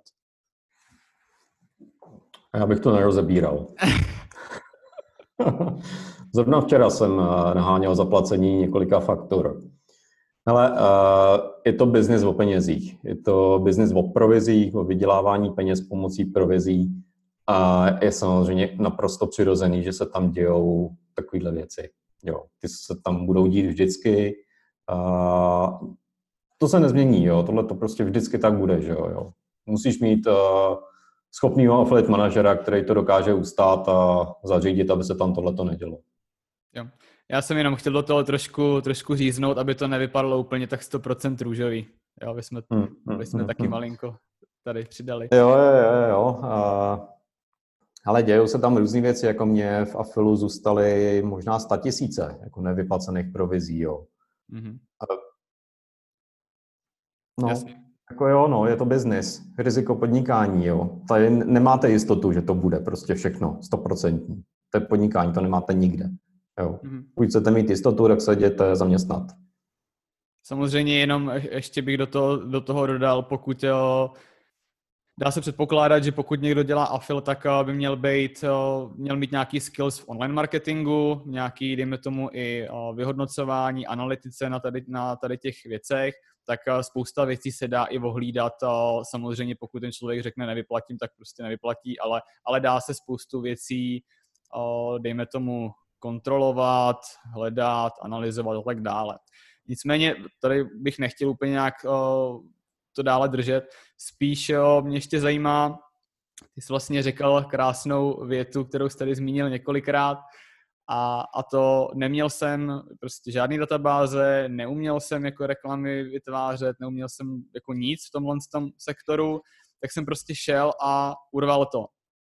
Já bych to nerozebíral. Zrovna včera jsem naháněl zaplacení několika faktur. Ale je to biznis o penězích. Je to biznis o provizích, o vydělávání peněz pomocí provizí a je samozřejmě naprosto přirozený, že se tam dějou takovéhle věci. Jo, ty se tam budou dít vždycky. To se nezmění, jo. Tohle to prostě vždycky tak bude, že jo. Musíš mít schopnýho affiliate manažera, který to dokáže ustát a zařídit, aby se tam tohleto nedělo. Jo. Já jsem jenom chtěl do toho trošku říznout, aby to nevypadalo úplně tak 100% růžový. Jo, aby jsme taky malinko tady přidali. Jo. Ale dějou se tam různý věci, jako mě v affilu zůstaly možná 100 000 jako nevyplacených provizí, jo. Mm-hmm. No, jasně. jako jo, no, je to biznis, riziko podnikání, jo. Tady nemáte jistotu, že to bude prostě všechno 100%. To je podnikání, to nemáte nikde. Jo. Mm-hmm. Pokud chcete mít jistotu, tak se jděte zaměstnat. Samozřejmě jenom ještě bych do toho dodal, pokud dá se předpokládat, že pokud někdo dělá affil, tak by měl mít nějaký skills v online marketingu, nějaký, dejme tomu, i vyhodnocování, analytice na tady těch věcech, tak spousta věcí se dá i ohlídat. Samozřejmě pokud ten člověk řekne nevyplatím, tak prostě nevyplatí, ale dá se spoustu věcí, dejme tomu, kontrolovat, hledat, analyzovat a tak dále. Nicméně tady bych nechtěl úplně nějak to dále držet. Spíš mě ještě zajímá, ty jsi vlastně řekl krásnou větu, kterou jsi tady zmínil několikrát, a to neměl jsem prostě žádný databáze, neuměl jsem jako reklamy vytvářet, neuměl jsem jako nic v tomhle sektoru, tak jsem prostě šel a urval to.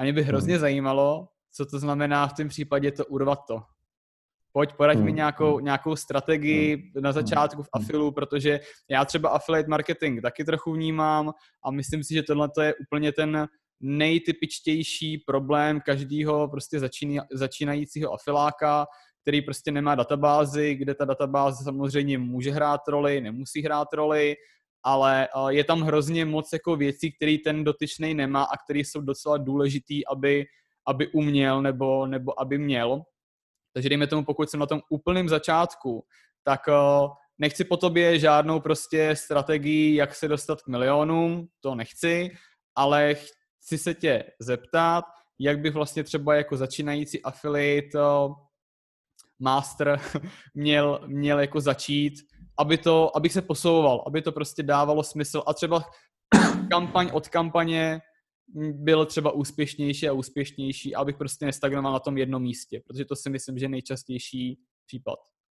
A mě by hrozně zajímalo, co to znamená v tom případě to urvat to. Pojď, poraď mi nějakou strategii na začátku v afilu, protože já třeba affiliate marketing taky trochu vnímám a myslím si, že tohle je úplně ten nejtypičtější problém každého prostě začínajícího afiláka, který prostě nemá databázi, kde ta databáze samozřejmě může hrát roli, nemusí hrát roli, ale je tam hrozně moc jako věcí, které ten dotyčný nemá a které jsou docela důležitý, aby uměl nebo aby měl. Takže dejme tomu, pokud jsem na tom úplném začátku, tak nechci po tobě žádnou prostě strategii, jak se dostat k milionům, to nechci, ale chci se tě zeptat, jak bych vlastně třeba jako začínající affiliate master měl jako začít, abych se posouval, aby to prostě dávalo smysl a třeba kampaň od kampaně byl třeba úspěšnější a úspěšnější, abych prostě nestagnoval na tom jednom místě, protože to si myslím, že je nejčastější případ.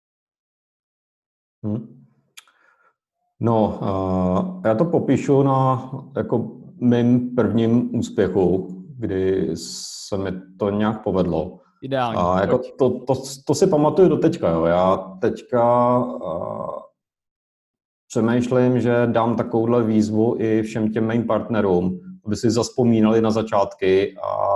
No, já to popíšu na jako mým prvním úspěchu, kdy se mi to nějak povedlo. Ideálně. A jako to si pamatuju do teďka. Jo. Já teďka přemýšlím, že dám takovouhle výzvu i všem těm mým partnerům, aby si zazpomínali na začátky a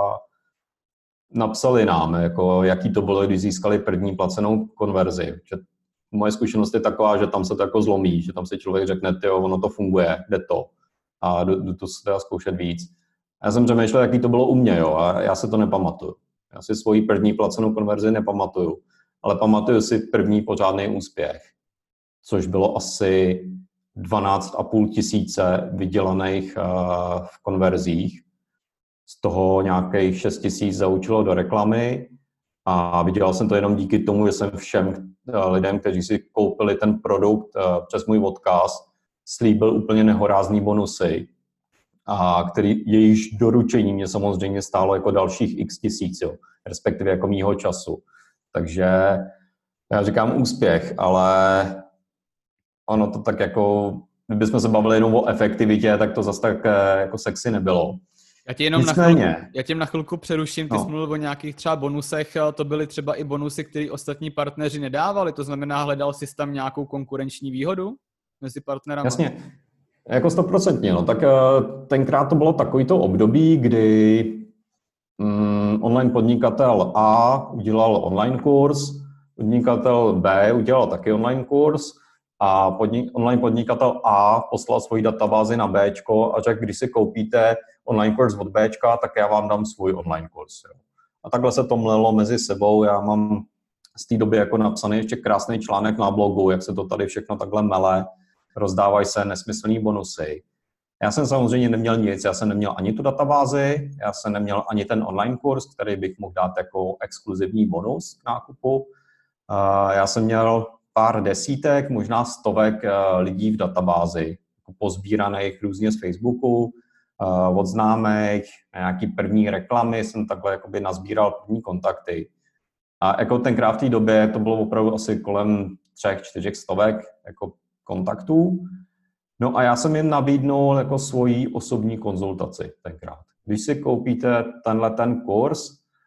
napsali nám, jako, jaký to bylo, když získali první placenou konverzi. Že moje zkušenost je taková, že tam se to jako zlomí, že tam si člověk řekne, tyjo, ono to funguje, jde to. A jdu to se teda zkoušet víc. A já jsem přemýšlel, jaký to bylo u mě, jo, a já se to nepamatuju. Já si svoji první placenou konverzi nepamatuju, ale pamatuju si první pořádný úspěch, což bylo asi 12,5 tisíce vydělaných v konverzích. Z toho nějakých 6 tisíc zaučilo do reklamy a vydělal jsem to jenom díky tomu, že jsem všem lidem, kteří si koupili ten produkt přes můj odkaz, slíbil úplně nehorázný bonusy, a který jejíž doručení mě samozřejmě stálo jako dalších x tisíc, jo, respektive jako mýho času. Takže já říkám úspěch, ale ono to tak jako, kdybychom se bavili jenom o efektivitě, tak to zase tak jako sexy nebylo. Já tě na chvilku přeruším, ty jsi mluvil o nějakých třeba bonusech, to byly třeba i bonusy, které ostatní partneři nedávali, to znamená, hledal jsi tam nějakou konkurenční výhodu mezi partnerami? Jasně, jako 100%, no, tak tenkrát to bylo takovýto období, kdy online podnikatel A udělal online kurz, podnikatel B udělal taky online kurz a online podnikatel A poslal svoji databázi na Bčko a řekl, když si koupíte online kurz od Bčka, tak já vám dám svůj online kurz. Jo. A takhle se to mlelo mezi sebou. Já mám z té doby jako napsaný ještě krásný článek na blogu, jak se to tady všechno takhle mele, rozdávají se nesmyslný bonusy. Já jsem samozřejmě neměl nic, já jsem neměl ani tu databázi, já jsem neměl ani ten online kurz, který bych mohl dát jako exkluzivní bonus k nákupu. Já jsem měl pár desítek, možná stovek lidí v databázi, pozbíraných různě z Facebooku, od známých, nějaký první reklamy, jsem takhle jakoby nazbíral první kontakty. A jako tenkrát v té době to bylo opravdu asi kolem 3-4 stovek jako kontaktů. No a já jsem jim nabídnul jako svoji osobní konzultaci tenkrát. Když si koupíte ten kurz,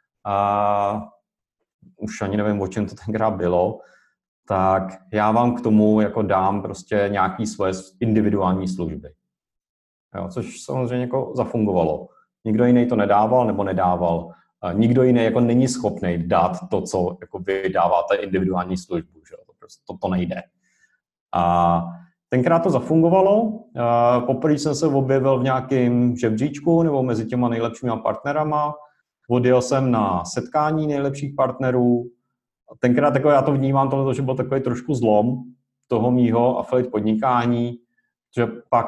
už ani nevím, o čem to tenkrát bylo, tak já vám k tomu jako dám prostě nějaký svoje individuální služby. Jo, což samozřejmě jako zafungovalo. Nikdo jiný to nedával nebo nedával. Nikdo jiný jako není schopný dát to, co jako vy dáváte individuální službu. Že? To nejde. A tenkrát to zafungovalo. Poprvé jsem se objevil v nějakém žebříčku nebo mezi těma nejlepšíma partnerama. Odjel jsem na setkání nejlepších partnerů. Tenkrát jako já to vnímám, tohle, že byl takový trošku zlom toho mýho affiliate podnikání, že pak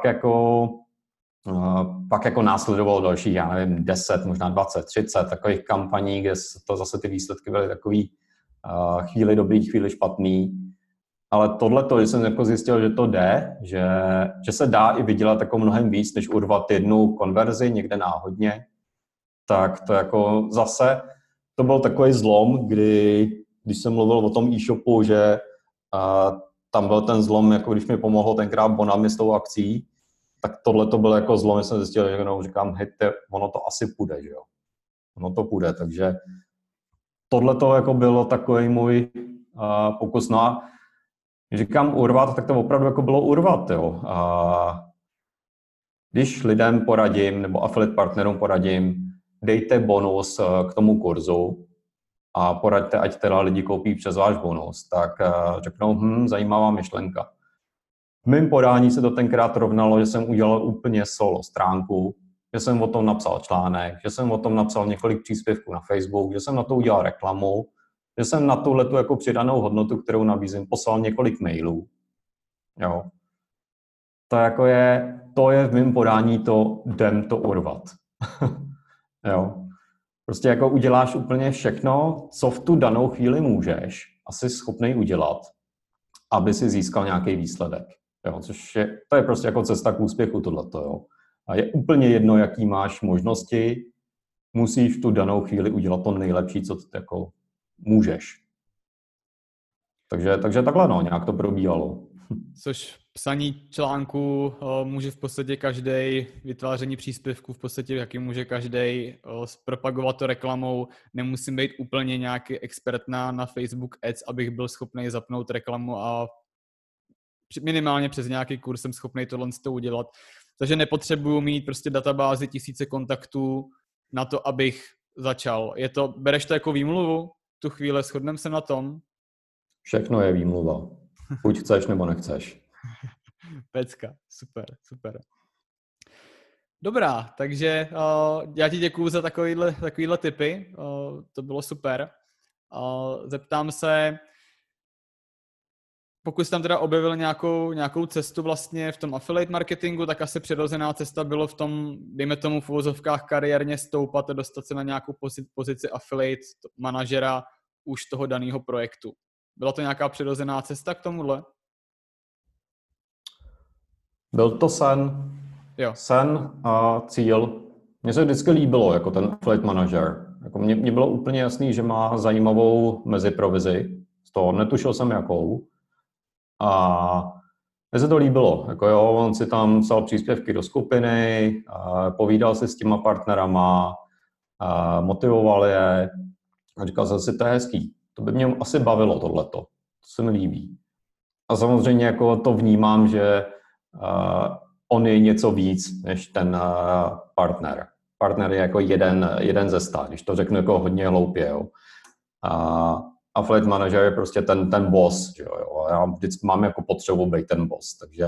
jako následovalo dalších, já nevím, 10, možná 20, 30 takových kampaní, kde to zase ty výsledky byly takový chvíli dobrý, chvíli špatný. Ale tohleto, že jsem jako zjistil, že to jde, že se dá i vydělat jako mnohem víc, než urvat jednu konverzi někde náhodně, tak to jako zase, to byl takový zlom, když jsem mluvil o tom e-shopu, že tam byl ten zlom, jako když mi pomohlo tenkrát Bonami s tou akcí, tak tohle to byl jako zlom, že jsem zjistil, že říkám, hej, ono to asi půjde, že jo. ono to půjde, takže tohle to jako bylo takový můj pokus. No a když říkám urvat, tak to opravdu jako bylo urvat, jo. Když lidem poradím, nebo affiliate partnerům poradím, dejte bonus k tomu kurzu a poraďte, ať teda lidi koupí přes váš bonus, tak řeknou, zajímavá myšlenka. V mém podání se to tenkrát rovnalo, že jsem udělal úplně solo stránku, že jsem o tom napsal článek, že jsem o tom napsal několik příspěvků na Facebook, že jsem na to udělal reklamu, že jsem na tuhletu jako přidanou hodnotu, kterou nabízím, poslal několik mailů. Jo. To je v mém podání to, jdem to urvat. Jo. Prostě jako uděláš úplně všechno, co v tu danou chvíli můžeš, asi schopnej udělat, aby si získal nějaký výsledek. Jo. To je prostě jako cesta k úspěchu tohleto. Jo. A je úplně jedno, jaký máš možnosti, musíš v tu danou chvíli udělat to nejlepší, co jako můžeš. Takže takhle, no, nějak to probíhalo. Což psaní článku může v podstatě každý, vytváření příspěvků v podstatě jaký může každý, propagovat to reklamou. Nemusím být úplně nějaký expert na Facebook Ads, abych byl schopný zapnout reklamu a minimálně přes nějaký kurz jsem schopný tohle udělat. Takže nepotřebuju mít prostě databázi tisíce kontaktů na to, abych začal. Bereš to jako výmluvu? Tu chvíli shodneme se na tom? Všechno je výmluva. Buď chceš, nebo nechceš. Pecka, super. Dobrá, takže já ti děkuju za takovýhle tipy, to bylo super. Zeptám se, pokud jsi tam teda objevil nějakou cestu vlastně v tom affiliate marketingu, tak asi přirozená cesta bylo v tom, dejme tomu v uvozovkách kariérně stoupat a dostat se na nějakou pozici affiliate manažera už toho daného projektu. Byla to nějaká přirozená cesta k tomuhle? Byl to sen. Jo. Sen a cíl. Mně se vždycky líbilo jako ten affiliate manager. Jako mně bylo úplně jasný, že má zajímavou meziprovizi. Z toho netušil jsem jakou. A mně se to líbilo. Jako jo, on si tam psal příspěvky do skupiny, povídal si s těma partnerama, motivoval je a říkal jsem si, to je hezký. To by mě asi bavilo tohleto. To se mi líbí. A samozřejmě jako to vnímám, že on je něco víc než ten partner. Partner je jako jeden ze 100, když to řeknu jako hodně hloupě. Jo. Affiliate manager je prostě ten boss. Jo. Já vždycky mám jako potřebu být ten boss. Takže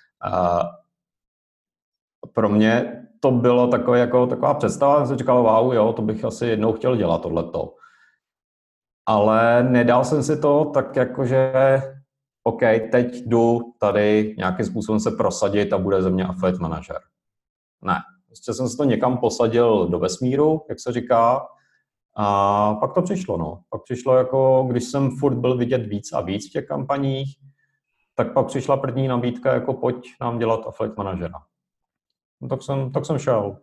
pro mě to bylo taková představa, jsem si říkal, wow, jo, to bych asi jednou chtěl dělat tohleto. Ale nedal jsem si to tak jakože OK, teď jdu tady nějakým způsobem se prosadit a bude ze mě affiliate manager. Ne, prostě jsem se to někam posadil do vesmíru, jak se říká, a pak to přišlo, no. Pak přišlo jako, když jsem furt byl vidět víc a víc v těch kampaních, tak pak přišla první nabídka, jako pojď nám dělat affiliate manažera. No, tak jsem šel.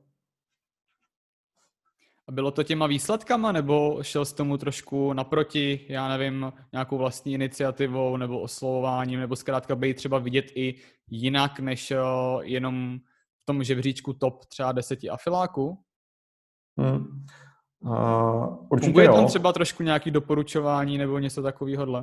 A bylo to těma výsledkama, nebo šel s tomu trošku naproti, já nevím, nějakou vlastní iniciativou nebo oslovováním, nebo zkrátka být třeba vidět i jinak, než jenom v tom žebříčku top třeba 10 afiláků? Určitě funguje tam jo. třeba trošku nějaké doporučování nebo něco takového?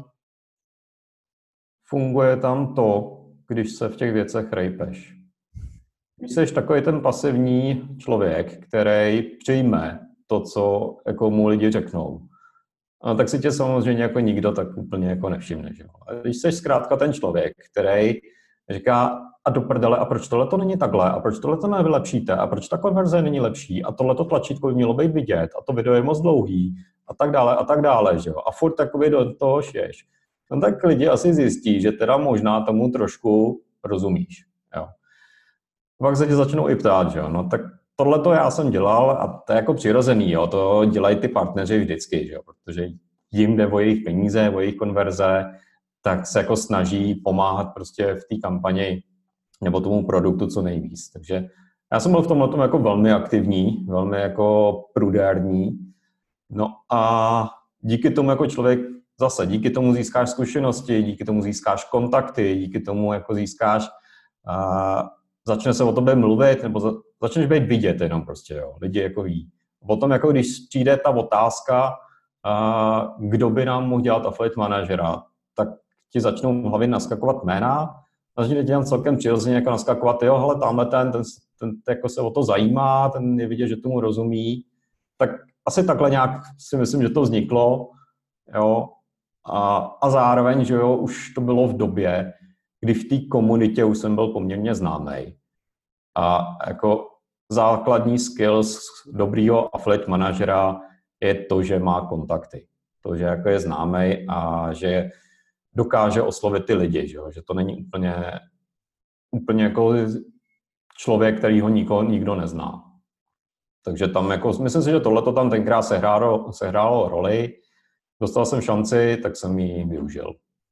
Funguje tam to, když se v těch věcech rejpeš. Když jsi takový ten pasivní člověk, který přijme to, co jako mu lidi řeknou, tak si tě samozřejmě jako nikdo tak úplně jako nevšimne. Že? A když jsi zkrátka ten člověk, který říká, a do prdele, a proč tohle to není takhle, a proč tohle to nevylepšíte, a proč ta konverze není lepší, a tohle to tlačítko by mělo být vidět, a to video je moc dlouhý, a tak dále, že jo. A furt takový do toho šješ. No tak lidi asi zjistí, že teda možná tomu trošku rozumíš, jo. Pak se tě začnou i ptát, že jo, no tak tohle to já jsem dělal a to je jako přirozený, jo, to dělají ty partneři vždycky, že jo, protože jim jde o jejich peníze, o jejich konverze, tak se jako snaží pomáhat prostě v té kampani nebo tomu produktu co nejvíc. Takže já jsem byl v tomhle jako velmi aktivní, velmi jako prudérní. No a díky tomu jako člověk díky tomu získáš zkušenosti, díky tomu získáš kontakty, díky tomu jako získáš začne se o tobě mluvit, nebo začneš být vidět jenom prostě, jo. Lidi jako ví. Potom, jako když přijde ta otázka, kdo by nám mohl dělat affiliate manažera, tak ti začnou v hlavě naskakovat jména, začne ti tam celkem přirozeně jako naskakovat, jo, hele, tamhle ten jako se o to zajímá, ten je vidět, že tomu rozumí, tak asi takhle nějak si myslím, že to vzniklo, jo, a zároveň, že jo, už to bylo v době, kdy v té komunitě už jsem byl poměrně známý. A jako základní skills dobrýho affiliate manažera je to, že má kontakty. To, že jako je známý a že dokáže oslovit ty lidi, že to není úplně jako člověk, který ho nikdo nezná. Takže tam jako, myslím si, že tohleto tam tenkrát sehrálo roli. Dostal jsem šanci, tak jsem ji využil.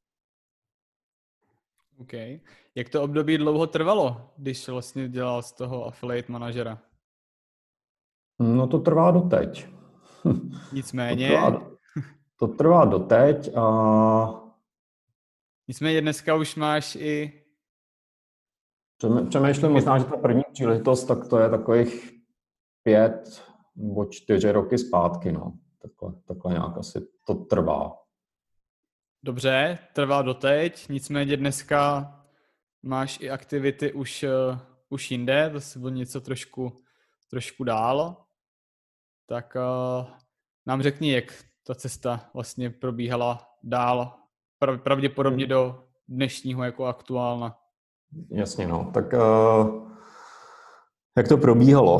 OK. Jak to období dlouho trvalo, když vlastně dělal z toho affiliate manažera? No to trvá doteď. Nicméně... To trvá doteď a... Nicméně dneska už máš i... Přemýšlím možná, že ta první příležitost, tak to je takových 5 nebo 4 roky zpátky, no. Takhle nějak asi to trvá. Dobře, trvá doteď, nicméně dneska máš i aktivity už jinde, to bylo něco trošku dál. Tak nám řekni, jak ta cesta vlastně probíhala dál, pravděpodobně do dnešního jako aktuálna. Jasně, no. Tak jak to probíhalo?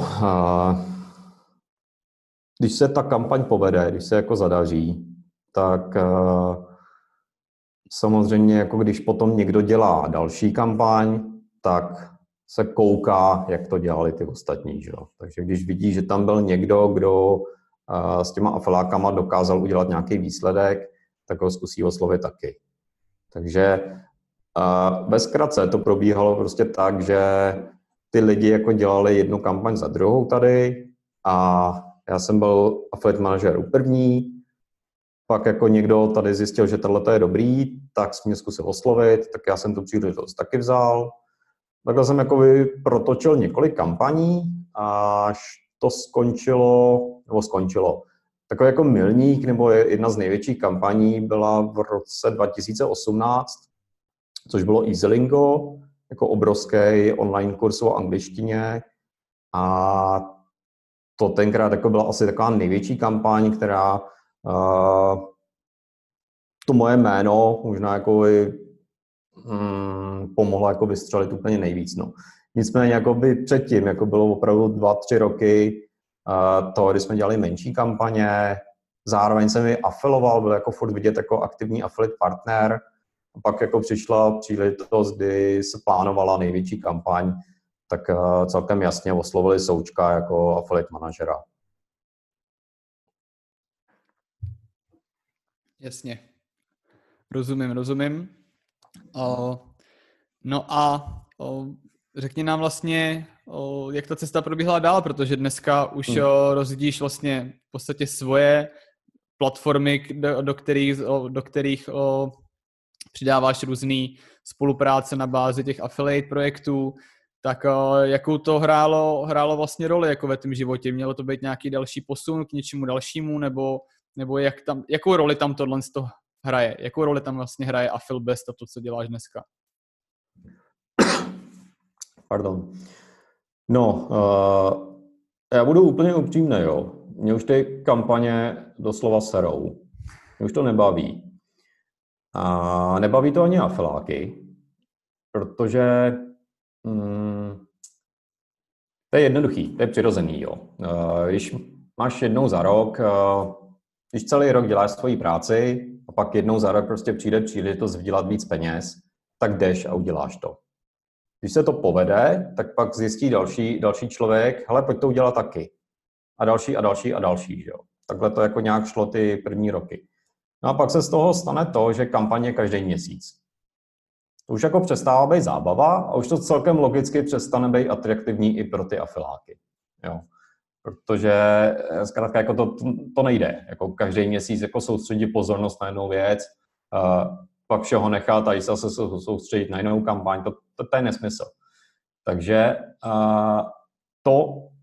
Když se ta kampaň povede, když se jako zadaří, tak samozřejmě jako když potom někdo dělá další kampaň, tak se kouká, jak to dělali ty ostatní. Že? Takže když vidí, že tam byl někdo, kdo s těma afilákama dokázal udělat nějaký výsledek, tak ho zkusí oslovit taky. Takže ve zkratce to probíhalo prostě tak, že ty lidi jako dělali jednu kampaň za druhou tady a já jsem byl affiliate manažer u první, pak jako někdo tady zjistil, že tohle je dobrý, tak jsem mě zkusil oslovit, tak já jsem tu příležitost taky vzal. Takhle jsem jako protočil několik kampaní, až to skončilo. Takový jako milník, nebo jedna z největších kampaní byla v roce 2018, což bylo EasyLingo, jako obrovský online kurz o angličtině. A to tenkrát jako byla asi taková největší kampaň, která to moje jméno možná jako pomohla jako vystřelit úplně nejvíc. No. Nicméně jako by předtím jako bylo opravdu 2-3 roky to, kdy jsme dělali menší kampaně, zároveň jsem ji afiloval, byl jako furt vidět jako aktivní affiliate partner. A pak jako přišla příležitost, kdy se plánovala největší kampaň, tak celkem jasně oslovili Součka jako affiliate manažera. Jasně. Rozumím. No a řekni nám vlastně, jak ta cesta probíhala dál, protože dneska už rozjíždíš vlastně v podstatě svoje platformy, do kterých přidáváš různé spolupráce na bázi těch affiliate projektů, tak jakou to hrálo vlastně roli jako ve tvém životě? Mělo to být nějaký další posun k něčemu dalšímu, nebo jakou roli tam tohle hraje? Jakou roli tam vlastně hraje Affilbest a to, co děláš dneska? Pardon. No, já budu úplně upřímný, jo. Mě už ty kampaně doslova serou. Mě už to nebaví. A nebaví to ani afiláky, protože to je jednoduchý, to je přirozený, jo. Když máš jednou za rok, když celý rok děláš svoji práci a pak jednou za rok prostě přijde příležitost vydělat víc peněz, tak jdeš a uděláš to. Když se to povede, tak pak zjistí další člověk, hele, pojď to udělat taky. A další, že jo. Takhle to jako nějak šlo ty první roky. No a pak se z toho stane to, že kampaně každý měsíc. To už jako přestává být zábava a už to celkem logicky přestane být atraktivní i pro ty afiláky. Jo. Protože zkrátka jako to nejde. Jako každý měsíc jako soustředit pozornost na jednu věc, pak všeho nechat a i zase soustředit na jinou kampaň, to je nesmysl. Takže to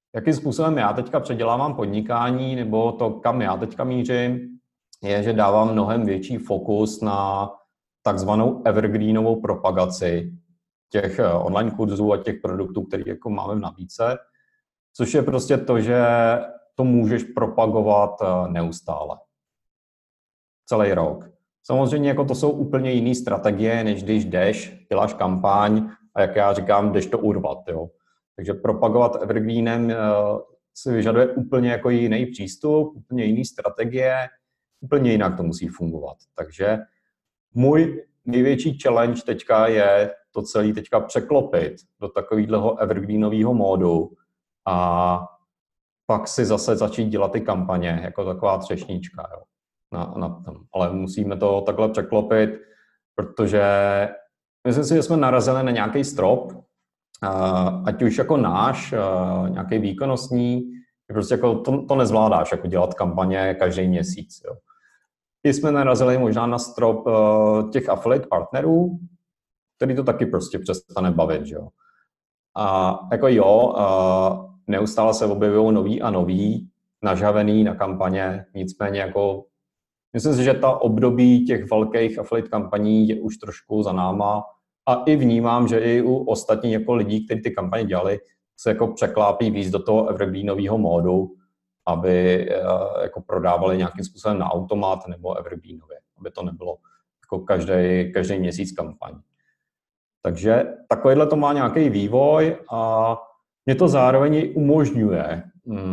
jakým způsobem já teďka předělávám podnikání, nebo to, kam já teďka mířím, je, že dávám mnohem větší fokus na takzvanou evergreenovou propagaci těch online kurzů a těch produktů, které jako máme v nabídce, což je prostě to, že to můžeš propagovat neustále. Celý rok. Samozřejmě jako to jsou úplně jiné strategie, než když jdeš, děláš kampaň a jak já říkám, jdeš to urvat. Jo. Takže propagovat evergreenem si vyžaduje úplně jako jiný přístup, úplně jiný strategie, úplně jinak to musí fungovat. Takže můj největší challenge teďka je to celé teďka překlopit do takového evergreenového módu a pak si zase začít dělat ty kampaně jako taková třešnička. Jo. Na tom. Ale musíme to takhle překlopit, protože myslím si, že jsme narazili na nějaký strop, ať už jako náš, nějaký výkonnostní, prostě jako to nezvládáš, jako dělat kampaně každý měsíc. Jo. I jsme narazili možná na strop těch affiliate partnerů, který to taky prostě přestane bavit. Jo. A jako neustále se objevují nový a nový, nažavený na kampaně, nicméně jako myslím si, že ta období těch velkých affiliate kampaní je už trošku za náma a i vnímám, že i u ostatních jako lidí, kteří ty kampaně dělali, se jako překlápí víc do toho evergreenového módu, aby jako prodávali nějakým způsobem na automat nebo evergreenově, aby to nebylo jako každý měsíc kampaň. Takže takovýhle to má nějaký vývoj a mě to zároveň umožňuje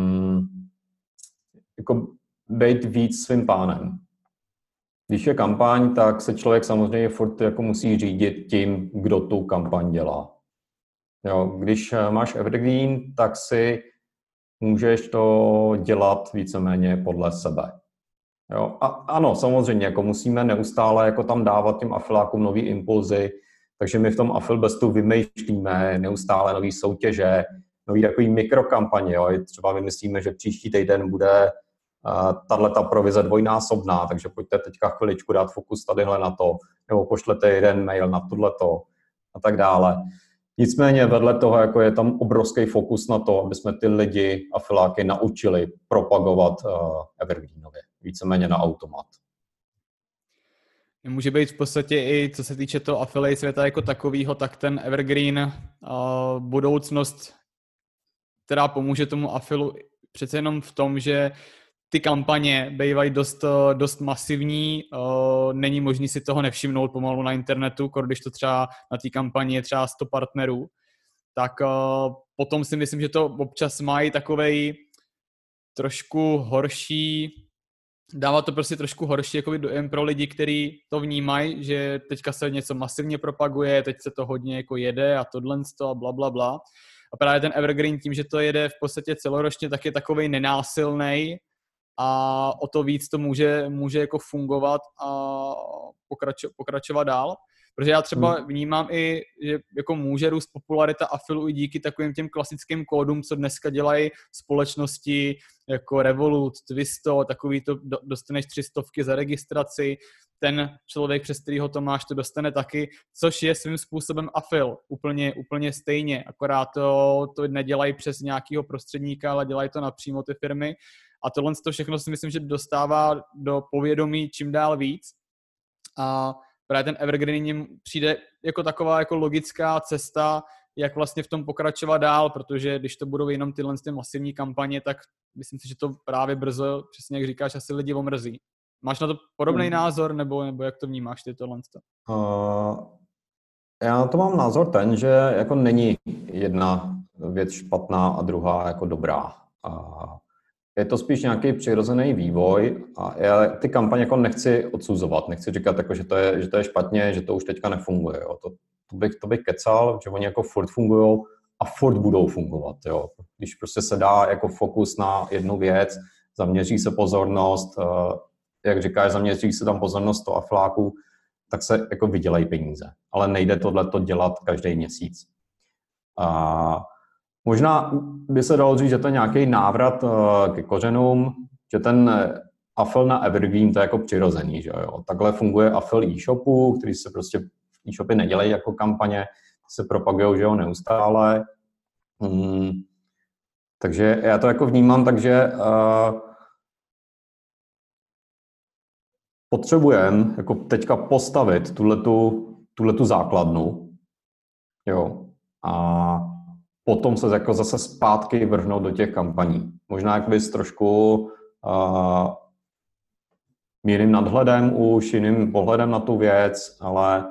jako být víc svým pánem. Když je kampaň, tak se člověk samozřejmě furt jako musí řídit tím, kdo tu kampaň dělá. Jo, když máš evergreen, tak si můžeš to dělat víceméně podle sebe. Jo, a ano, samozřejmě, jako musíme neustále jako tam dávat těm afilákům nový impulzy, takže my v tom Affilbestu vymýšlíme neustále nový soutěže, nový takový mikrokampaně. Jo. Třeba vymyslíme, že příští týden bude tato provize dvojnásobná, takže pojďte teďka chviličku dát fokus tadyhle na to, nebo pošlete jeden mail na tohleto a tak dále. Nicméně vedle toho jako je tam obrovský fokus na to, aby jsme ty lidi a filáky naučili propagovat evergreenově, víceméně na automat. Může být v podstatě i, co se týče toho affiliate světa jako takového, tak ten evergreen budoucnost, která pomůže tomu affilu přece jenom v tom, že ty kampaně bývají dost masivní, není možný si toho nevšimnout pomalu na internetu, když to třeba na té kampani je třeba 100 partnerů, tak potom si myslím, že to občas mají takovej trošku horší, dává to prostě trošku horší jakoby dojem pro lidi, kteří to vnímají, že teďka se něco masivně propaguje, teď se to hodně jako jede a tohle a blablabla. A právě ten evergreen tím, že to jede v podstatě celoročně, tak je takovej nenásilnej, a o to víc to může jako fungovat a pokračovat dál. Protože já třeba vnímám i, že jako může růst popularita afilů i díky takovým těm klasickým kódům, co dneska dělají společnosti jako Revolut, Twisto, takový to dostaneš 300 za registraci, ten člověk, přes kterýho to máš, to dostane taky, což je svým způsobem afil, úplně stejně, akorát to nedělají přes nějakého prostředníka, ale dělají to napřímo ty firmy. A tohle všechno si myslím, že dostává do povědomí čím dál víc. A právě ten evergreen přijde jako taková jako logická cesta, jak vlastně v tom pokračovat dál, protože když to budou jenom tyhle masivní kampaně, tak myslím si, že to právě brzo, přesně jak říkáš, asi lidi omrzí. Máš na to podobný názor, nebo jak to vnímáš ty tohle? Já to mám názor ten, že jako není jedna věc špatná a druhá jako dobrá. Je to spíš nějaký přirozený vývoj a já ty kampaně jako nechci odsuzovat, nechci říkat, jako, že to je špatně, že to už teďka nefunguje. Jo. To bych kecal, že oni jako furt fungují a furt budou fungovat. Jo. Když prostě se dá jako fokus na jednu věc, zaměří se pozornost, jak říkáš, zaměří se tam pozornost toho afláku, tak se jako vydělají peníze. Ale nejde tohleto dělat každý měsíc. Možná by se dalo říct, že to je nějaký návrat ke kořenům, že ten affil na evergreen to je jako přirozený. Že jo? Takhle funguje affil e-shopu, který se prostě e-shopy nedělají jako kampaně, se propagují, že jo, neustále. Takže já to jako vnímám, takže potřebujeme jako teďka postavit tuhletu základnu, jo, a potom se jako zase zpátky vrhnout do těch kampaní. Možná jak bys trošku mírným nadhledem už, jiným pohledem na tu věc, ale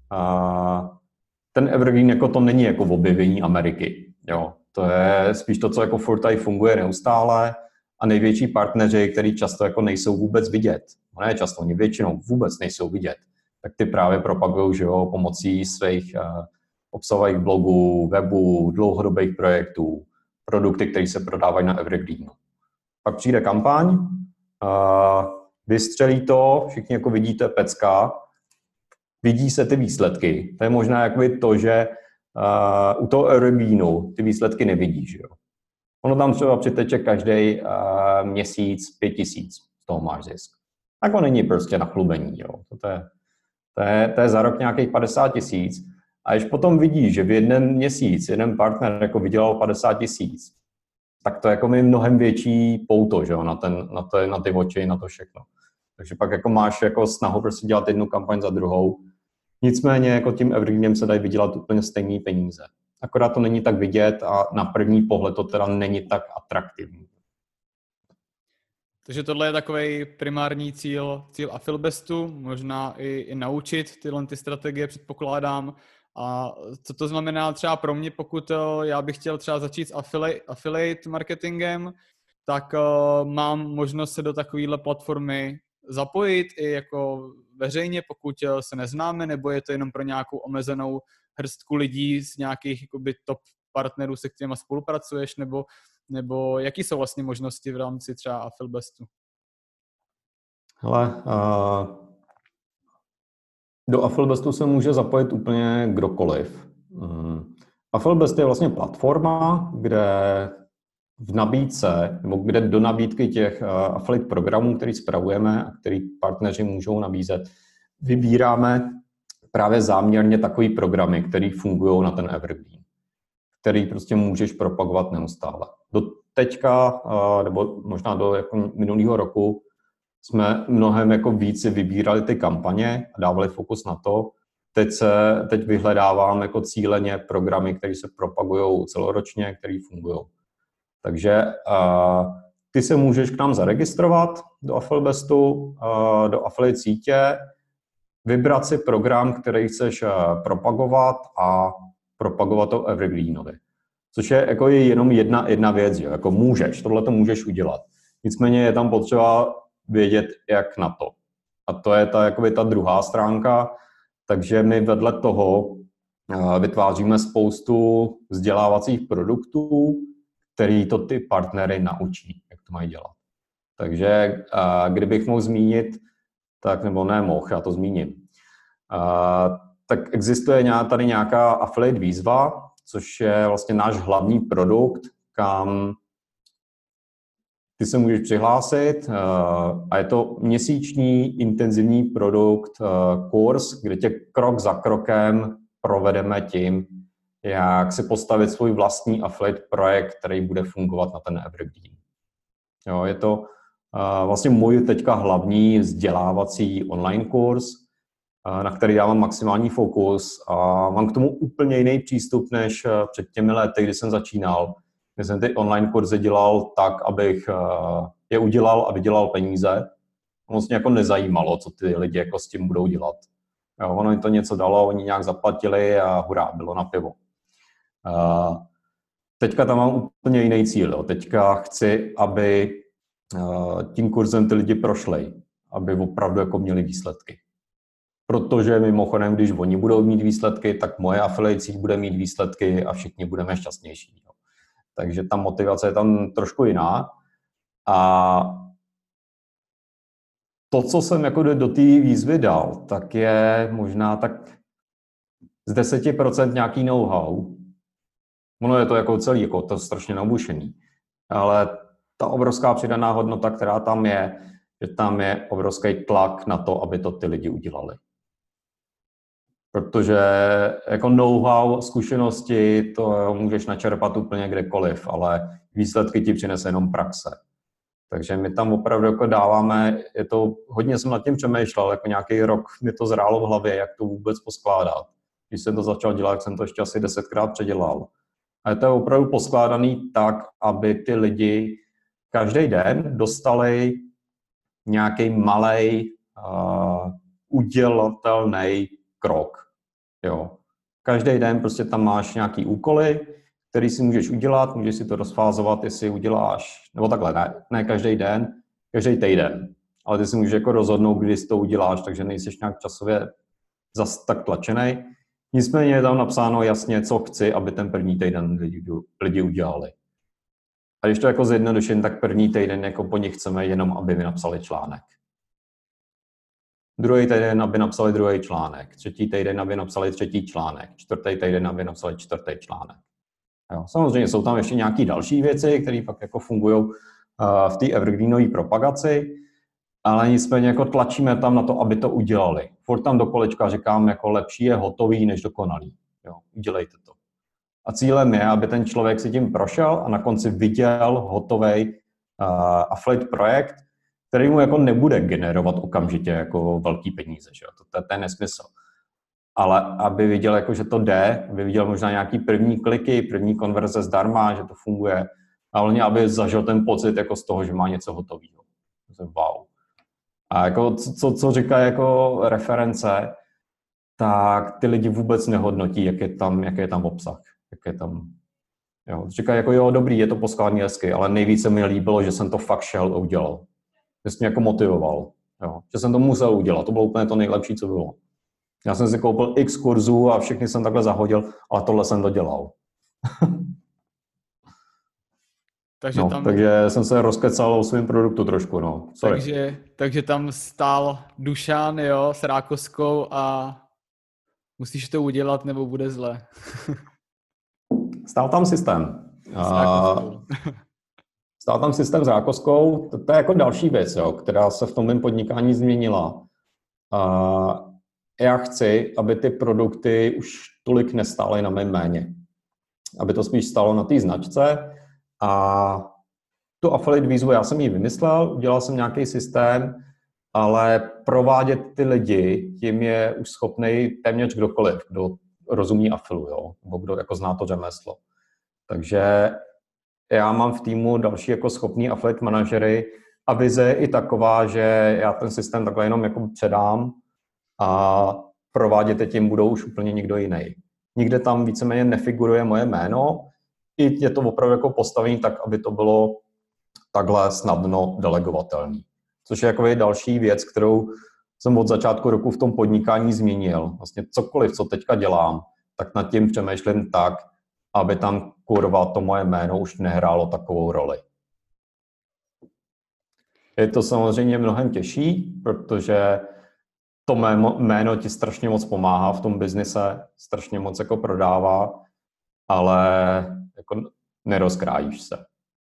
ten evergreen jako to není jako objevení Ameriky. Jo. To je spíš to, co jako furt tady funguje neustále a největší partneři, který často jako nejsou vůbec vidět, ne často, oni většinou vůbec nejsou vidět, tak ty právě propagují, že jo, pomocí svých obsahových blogů, webů, dlouhodobých projektů, produkty, které se prodávají na evergreenu. Pak přijde kampaň, vystřelí to, všichni jako vidíte pecka, vidí se ty výsledky. To je možná jakoby to, že u toho evergreenu ty výsledky nevidíš. Jo. Ono tam třeba přiteče každý měsíc 5 000, z toho máš zisk. Tak on není prostě na chlubení. Jo. To je za rok nějakých 50 000. A když potom vidíš, že v jeden měsíc jeden partner jako vydělal 50 000, tak to je jako mnohem větší pouto, že jo, na ty oči, na to všechno. Takže pak jako máš jako snahu prostě dělat jednu kampaň za druhou. Nicméně jako tím evergreenem se dají vydělat úplně stejné peníze. Akorát to není tak vidět a na první pohled to teda není tak atraktivní. Takže tohle je takový primární cíl Affilibestu, možná i naučit tyhle ty strategie, předpokládám. A co to znamená třeba pro mě, pokud já bych chtěl třeba začít s affiliate marketingem, tak mám možnost se do takovéhle platformy zapojit i jako veřejně, pokud se neznáme, nebo je to jenom pro nějakou omezenou hrstku lidí z nějakých jakoby top partnerů, se kterými spolupracuješ, nebo jaký jsou vlastně možnosti v rámci třeba Affilibestu? Hele, do Affilibestu se může zapojit úplně kdokoliv. Affilibest je vlastně platforma, kde v nabídce, nebo kde do nabídky těch affiliate programů, který spravujeme a který partneři můžou nabízet, vybíráme právě záměrně takový programy, které fungují na ten evergreen, který prostě můžeš propagovat neustále. Do teďka, nebo možná do jako minulého roku, jsme mnohem jako víc vybírali ty kampaně a dávali fokus na to. Teď vyhledávám jako cíleně programy, které se propagují celoročně, které fungují. Takže ty se můžeš k nám zaregistrovat do Affilibestu, do affiliate sítě, vybrat si program, který chceš propagovat a propagovat to evergreenovi. Což je jako jenom jedna věc, jo. Jako můžeš, tohle to můžeš udělat. Nicméně je tam potřeba vědět, jak na to. A to je ta druhá stránka, takže my vedle toho vytváříme spoustu vzdělávacích produktů, který to ty partnery naučí, jak to mají dělat. Takže kdybych mohl zmínit, tak nebo nemohl, já to zmíním. Tak existuje tady nějaká affiliate výzva, což je vlastně náš hlavní produkt, kam ty se můžeš přihlásit a je to měsíční intenzivní produkt, kurz, kde tě krok za krokem provedeme tím, jak si postavit svůj vlastní affiliate projekt, který bude fungovat na ten evergreen. Jo, je to vlastně můj teďka hlavní vzdělávací online kurz, na který dávám maximální fokus a mám k tomu úplně jiný přístup než před těmi lety, kdy jsem začínal. Kdy jsem ty online kurzy dělal tak, abych je udělal a vydělal peníze. Moc mě jako nezajímalo, co ty lidi jako s tím budou dělat. Jo, ono jim to něco dalo, oni nějak zaplatili a hurá, bylo na pivo. Teďka tam mám úplně jiný cíl. Jo. Teďka chci, aby tím kurzem ty lidi prošli, aby opravdu jako měli výsledky. Protože mimochodem, když oni budou mít výsledky, tak moje affiliate bude mít výsledky a všichni budeme šťastnější. Jo. Takže ta motivace je tam trošku jiná. A to, co jsem jako do té výzvy dal, tak je možná tak z 10% nějaký know-how. Ono je to jako celý, jako to strašně nabušený. Ale ta obrovská přidaná hodnota, která tam je, že tam je obrovský tlak na to, aby to ty lidi udělali. Protože jako know-how, zkušenosti, to můžeš načerpat úplně kdekoliv, ale výsledky ti přinese jenom praxe. Takže my tam opravdu jako dáváme, hodně jsem nad tím přemýšlel, jako nějaký rok mi to zrálo v hlavě, jak to vůbec poskládat. Když jsem to začal dělat, tak jsem to ještě asi 10krát předělal. A je to opravdu poskládaný tak, aby ty lidi každý den dostali nějaký malej udělatelný krok. Jo. Každý den prostě tam máš nějaký úkoly, který si můžeš udělat, můžeš si to rozfázovat, jestli uděláš, nebo takhle, ne každý den, každý týden. Ale ty si můžeš jako rozhodnout, kdy si to uděláš, takže nejseš nějak časově zas tak tlačený. Nicméně je tam napsáno jasně, co chci, aby ten první týden lidi udělali. A když to jako zjednoduším, tak první týden jako po nich chceme jenom, aby mi napsali článek. Druhý týden, aby napsali druhý článek. Třetí týden, aby napsali třetí článek. Čtvrtý týden, aby napsali čtvrtý článek. Jo. Samozřejmě jsou tam ještě nějaké další věci, které pak jako fungují v té evergreenové propagaci, ale nicméně jako tlačíme tam na to, aby to udělali. Furt tam do kolečka říkám, jako lepší je hotový než dokonalý. Jo. Udělejte to. A cílem je, aby ten člověk si tím prošel a na konci viděl hotový affiliate projekt, který mu jako nebude generovat okamžitě jako velký peníze. Že? To je nesmysl. Ale aby viděl, jako, že to jde, aby viděl možná nějaký první kliky, první konverze zdarma, že to funguje, a hlavně, aby zažil ten pocit jako z toho, že má něco hotového. Wow. A jako, co říká jako reference, tak ty lidi vůbec nehodnotí, jak je tam obsah. Jak je tam, jo. Říkají jako jo, dobrý, je to poskládaný hezky, ale nejvíce mi líbilo, že jsem to fakt šel a udělal. Že jsi mě jako motivoval. Jo. Že jsem to musel udělat, to bylo úplně to nejlepší, co bylo. Já jsem si koupil x kurzů a všechny jsem takhle zahodil, ale tohle jsem dodělal. Takže jsem se rozkecal o svém produktu trošku, no. Takže tam stál Dušan, jo, s Rákoskou a musíš to udělat, nebo bude zle. Stál tam systém. Stál tam systém s Rákoskou, to je jako další věc, jo, která se v tom mém podnikání změnila. Já chci, aby ty produkty už tolik nestály na mém jméně. Aby to spíš stálo na té značce. A tu affiliate výzvu já jsem ji vymyslel, udělal jsem nějaký systém, ale provádět ty lidi, tím je už schopný téměř kdokoliv, kdo rozumí afilu, jo, nebo kdo jako zná to řemeslo. Takže já mám v týmu další jako schopný affiliate manažery a vize je i taková, že já ten systém takhle jenom jako předám a provádět tím budou už úplně někdo jiný. Nikde tam víceméně nefiguruje moje jméno, i je to opravdu jako postavení tak, aby to bylo takhle snadno delegovatelný. Což je jako další věc, kterou jsem od začátku roku v tom podnikání změnil. Vlastně cokoliv, co teďka dělám, tak nad tím přemýšlím tak, aby tam kurva to moje jméno už nehrálo takovou roli. Je to samozřejmě mnohem těžší, protože to jméno ti strašně moc pomáhá v tom biznise, strašně moc jako prodává, ale jako nerozkrájíš se.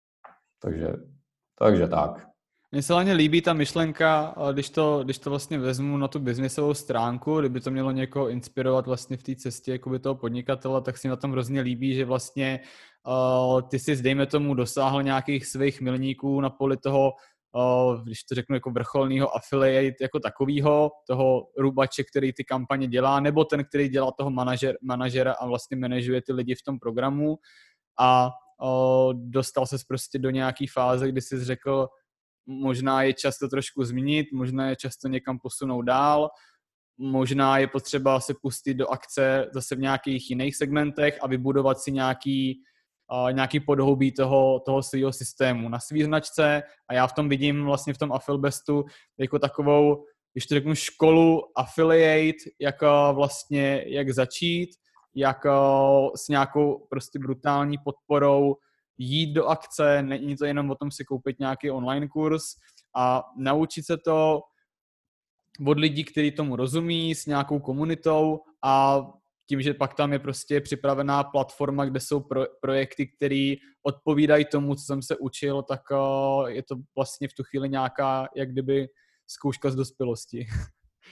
Takže tak. Mně se hlavně líbí ta myšlenka, když to vlastně vezmu na tu biznisovou stránku, kdyby to mělo někoho inspirovat vlastně v té cestě jakoby toho podnikatele, tak si na tom hrozně líbí, že vlastně ty jsi, dejme tomu, dosáhl nějakých svých milníků na poli toho, když to řeknu, jako vrcholného affiliate jako takového, toho rubače, který ty kampaně dělá, nebo ten, který dělá toho manažera a vlastně manažuje ty lidi v tom programu a dostal ses prostě do nějaký fáze, kdy jsi řekl, možná je čas to trošku změnit, možná je čas to někam posunout dál, možná je potřeba se pustit do akce zase v nějakých jiných segmentech a vybudovat si nějaký podhoubí toho svého systému na svý značce a já v tom vidím vlastně v tom Affilbestu jako takovou, když to řeknu, školu affiliate, jak začít, jak s nějakou prostě brutální podporou jít do akce, není to jenom o tom si koupit nějaký online kurz a naučit se to od lidí, kteří tomu rozumí, s nějakou komunitou a tím, že pak tam je prostě připravená platforma, kde jsou projekty, které odpovídají tomu, co jsem se učil, tak je to vlastně v tu chvíli nějaká, jak kdyby zkouška z dospělosti.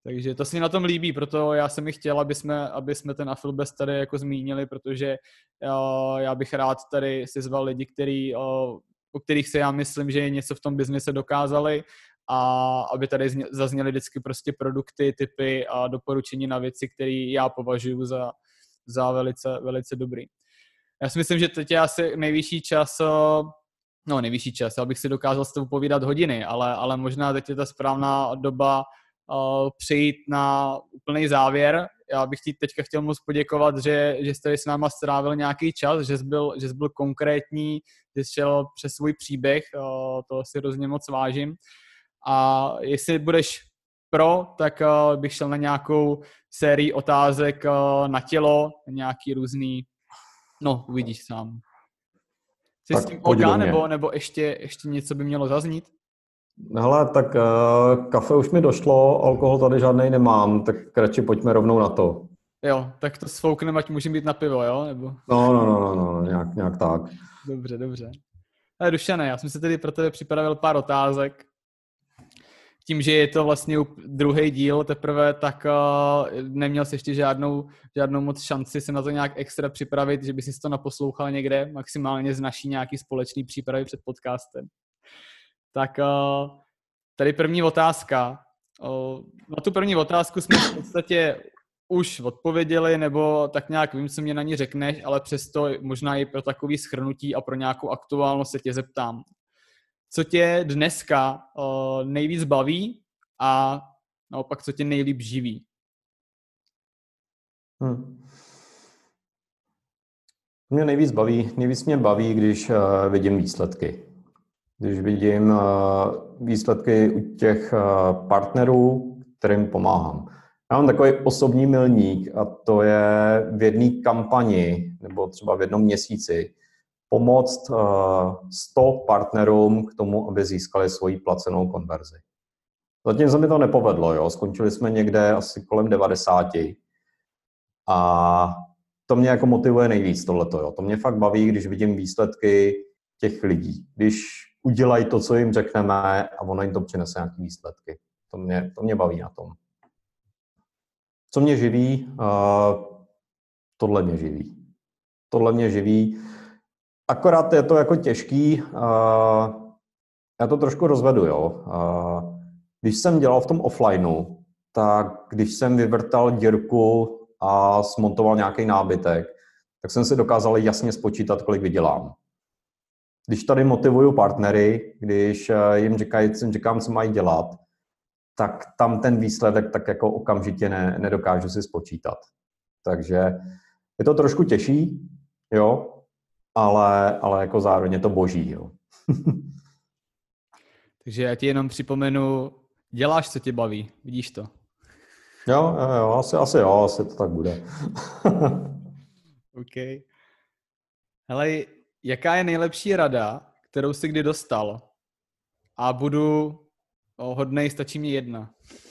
Takže to se mi na tom líbí, proto já jsem i chtěl, aby jsme ten Affilbest tady jako zmínili, protože já bych rád tady si zval lidi, o kterých se já myslím, že něco v tom biznise dokázali a aby tady zazněly vždycky prostě produkty, typy a doporučení na věci, které já považuji za velice, velice dobrý. Já si myslím, že teď je asi nejvyšší čas, já bych si dokázal s tebou povídat hodiny, ale možná teď je ta správná doba přejít na úplný závěr. Já bych ti teďka chtěl moc poděkovat, že jsi tady s náma strávil nějaký čas, že jsi byl konkrétní, že jsi šel přes svůj příběh, to si hrozně moc vážím. A jestli budeš tak bych šel na nějakou sérii otázek na tělo, nějaký různý, uvidíš sám. Jsi s tím OK, nebo ještě něco by mělo zaznít? Hele, tak kafe už mi došlo, alkohol tady žádnej nemám, tak radši pojďme rovnou na to. Jo, tak to sfoukneme, ať můžeme být na pivo, jo? Nebo... No, nějak tak. Dobře. Ale Dušane, já jsem si tedy pro tebe připravil pár otázek. Tím, že je to vlastně druhý díl teprve, tak neměl jsi ještě žádnou moc šanci se na to nějak extra připravit, že by si to naposlouchal někde, maximálně z naší nějaký společný přípravy před podcastem. Tak tady první otázka. Na tu první otázku jsme v podstatě už odpověděli, nebo tak nějak vím, co mě na ní řekneš, ale přesto možná i pro takový shrnutí a pro nějakou aktuálnost se tě zeptám. Co tě dneska nejvíc baví a naopak, co tě nejlíp živí? Mě nejvíc mě baví, když vidím výsledky. Když vidím výsledky u těch partnerů, kterým pomáhám. Já mám takový osobní milník a to je v jedné kampani nebo třeba v jednom měsíci pomoct 100 partnerům k tomu, aby získali svoji placenou konverzi. Zatím se mi to nepovedlo, jo. Skončili jsme někde asi kolem 90 a to mě jako motivuje nejvíc tohleto, jo. To mě fakt baví, když vidím výsledky těch lidí. Když udělají to, co jim řekneme a ono jim to přinese nějaké výsledky. To mě baví na tom. Co mě živí? Tohle mě živí. Akorát je to jako těžký. Já to trošku rozvedu, jo. Když jsem dělal v tom offlineu, tak když jsem vyvrtal dírku a smontoval nějaký nábytek, tak jsem si dokázal jasně spočítat, kolik vydělám. Když tady motivuju partnery, když jim říkám, co mají dělat, tak tam ten výsledek tak jako okamžitě nedokážu si spočítat. Takže je to trošku těžší, jo, ale jako zároveň je to boží, jo. Takže já ti jenom připomenu, děláš, co tě baví, vidíš to? Jo, asi to tak bude. OK. Hele, jaká je nejlepší rada, kterou jsi kdy dostal? A budu hodnej, stačí mi jedna.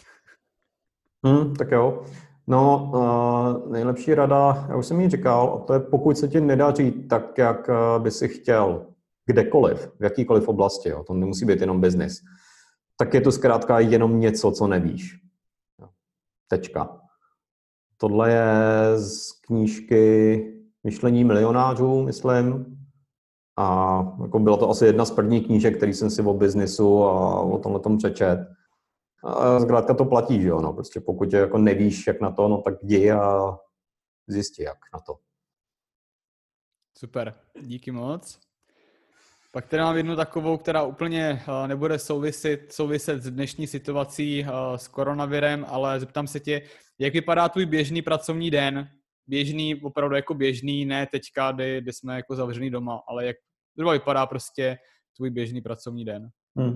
Tak jo. No, nejlepší rada, já už jsem jí říkal, a to je pokud se ti nedaří tak, jak by si chtěl, kdekoliv, v jakýkoliv oblasti, jo, to nemusí být jenom biznis, tak je to zkrátka jenom něco, co nevíš. Tečka. Tohle je z knížky Myšlení milionářů, myslím. A jako byla to asi jedna z prvních knížek, který jsem si o biznisu a o tomhletom přečet. A zkrátka to platí, že jo, no. Prostě pokud jako nevíš, jak na to, no tak jdi a zjistí, jak na to. Super, díky moc. Pak tady mám jednu takovou, která úplně nebude souviset s dnešní situací s koronavirem, ale zeptám se tě, jak vypadá tvůj běžný pracovní den? Běžný, opravdu jako běžný, ne teďka, kdy jsme jako zavřený doma, ale jak vypadá prostě tvůj běžný pracovní den?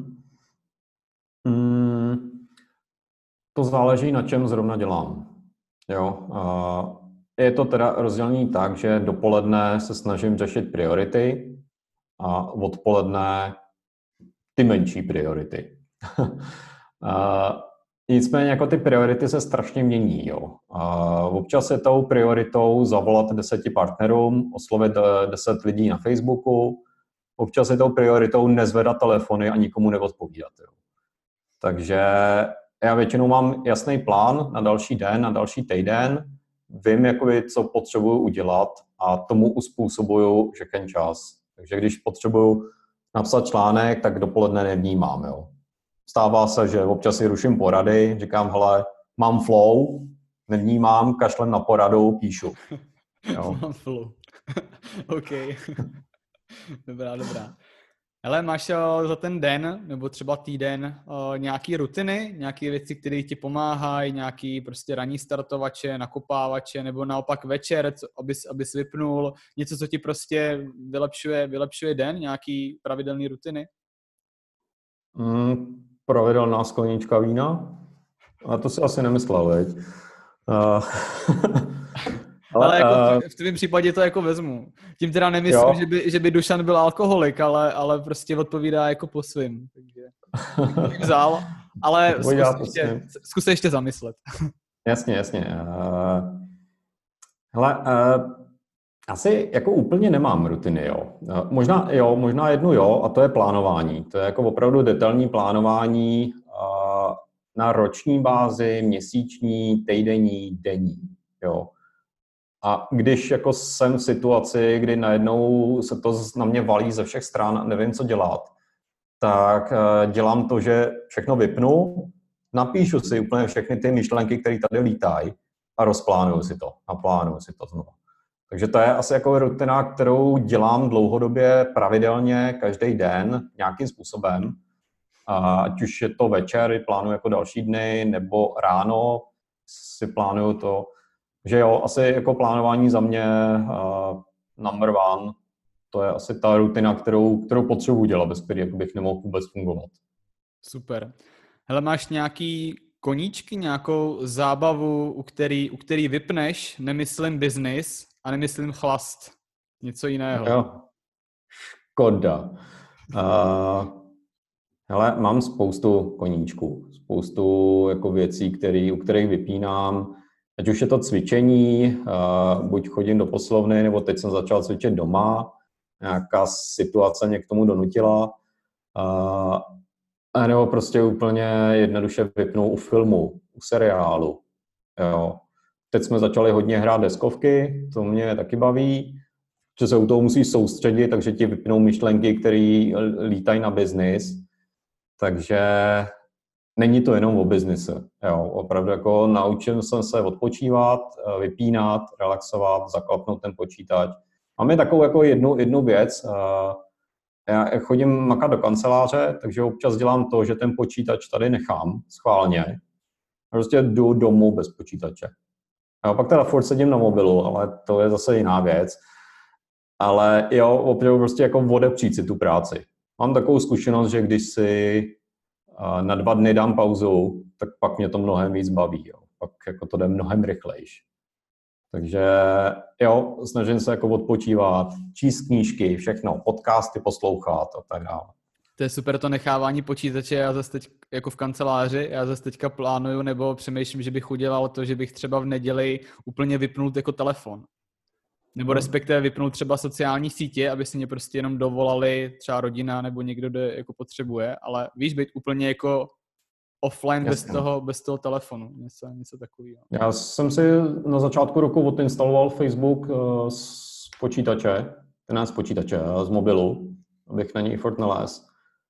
To záleží, na čem zrovna dělám. Jo. Je to teda rozdělený tak, že dopoledne se snažím řešit priority a odpoledne ty menší priority. Nicméně jako ty priority se strašně mění. Jo. Občas je tou prioritou zavolat 10 partnerům, oslovit 10 lidí na Facebooku. Občas je tou prioritou nezvedat telefony a nikomu neodpovídat. Jo. Takže já většinou mám jasný plán na další den, na další týden, vím, jakoby, co potřebuju udělat a tomu uspůsobuju všechen čas. Takže když potřebuju napsat článek, tak dopoledne nevnímám. Jo. Stává se, že občas si ruším porady, říkám, hele, mám flow, nevnímám, kašlem na poradu, píšu. Jo. Mám flow. OK. Dobrá. Ale máš za ten den, nebo třeba týden, nějaký rutiny, nějaké věci, které ti pomáhají, nějaký prostě ranní startovače, nakopávače, nebo naopak večer, abys vypnul, něco, co ti prostě vylepšuje den, nějaký pravidelný rutiny? Pravidelná sklenička vína? A to si asi nemyslel, veď? Ale jako v tvém případě to jako vezmu. Tím teda nemyslím, že by Dušan byl alkoholik, ale prostě odpovídá jako po svým. Takže vzal, ale zkus se ještě zamyslet. Jasně. Hele, asi jako úplně nemám rutiny, jo. Možná jednu jo, a to je plánování. To je jako opravdu detailní plánování na roční bázi, měsíční, týdenní, denní, jo. A když jako jsem v situaci, kdy najednou se to na mě valí ze všech stran a nevím, co dělat, tak dělám to, že všechno vypnu, napíšu si úplně všechny ty myšlenky, které tady lítají a naplánuju si to znovu. Takže to je asi jako rutina, kterou dělám dlouhodobě, pravidelně, každý den, nějakým způsobem. Ať už je to večer, plánuju jako další dny, nebo ráno si plánuju to. Že jo, asi jako plánování za mě number one, to je asi ta rutina, kterou potřebuji dělat, bez které jako bych nemohl vůbec fungovat. Super. Hele, máš nějaký koníčky, nějakou zábavu, u který vypneš, nemyslím business a nemyslím chlast, něco jiného. Jo, škoda. Hele, mám spoustu koníčků, spoustu jako věcí, u kterých vypínám. Ať už je to cvičení, buď chodím do posilovny, nebo teď jsem začal cvičit doma, nějaká situace mě k tomu donutila, nebo prostě úplně jednoduše vypnu u filmu, u seriálu. Jo. Teď jsme začali hodně hrát deskovky, to mě taky baví, že se u toho musí soustředit, takže ti vypnou myšlenky, které lítají na biznis. Takže není to jenom o biznise. Jo. Opravdu jako naučil jsem se odpočívat, vypínat, relaxovat, zaklapnout ten počítač. Máme takovou jako jednu věc. Já chodím makat do kanceláře, takže občas dělám to, že ten počítač tady nechám schválně. Prostě jdu domů bez počítače. A pak teda furt sedím na mobilu, ale to je zase jiná věc. Ale jo, opravdu prostě jako odepřít si tu práci. Mám takovou zkušenost, že když si na 2 dny dám pauzu, tak pak mě to mnohem víc baví. Jo. Pak jako to jde mnohem rychlejš. Takže jo, snažím se jako odpočívat, číst knížky, všechno, podcasty poslouchat a tak dále. To je super, to nechávání počítače, já zase teď jako v kanceláři, já zase teďka plánuju nebo přemýšlím, že bych udělal to, že bych třeba v neděli úplně vypnul jako telefon. Nebo respektive vypnout třeba sociální sítě, aby si mě prostě jenom dovolali třeba rodina nebo někdo, kdo jako potřebuje, ale víš, být úplně jako offline bez toho telefonu, něco takového. Já jsem si na začátku roku odinstaloval Facebook z počítače, ne z počítače, z mobilu, abych na něj furt nelez.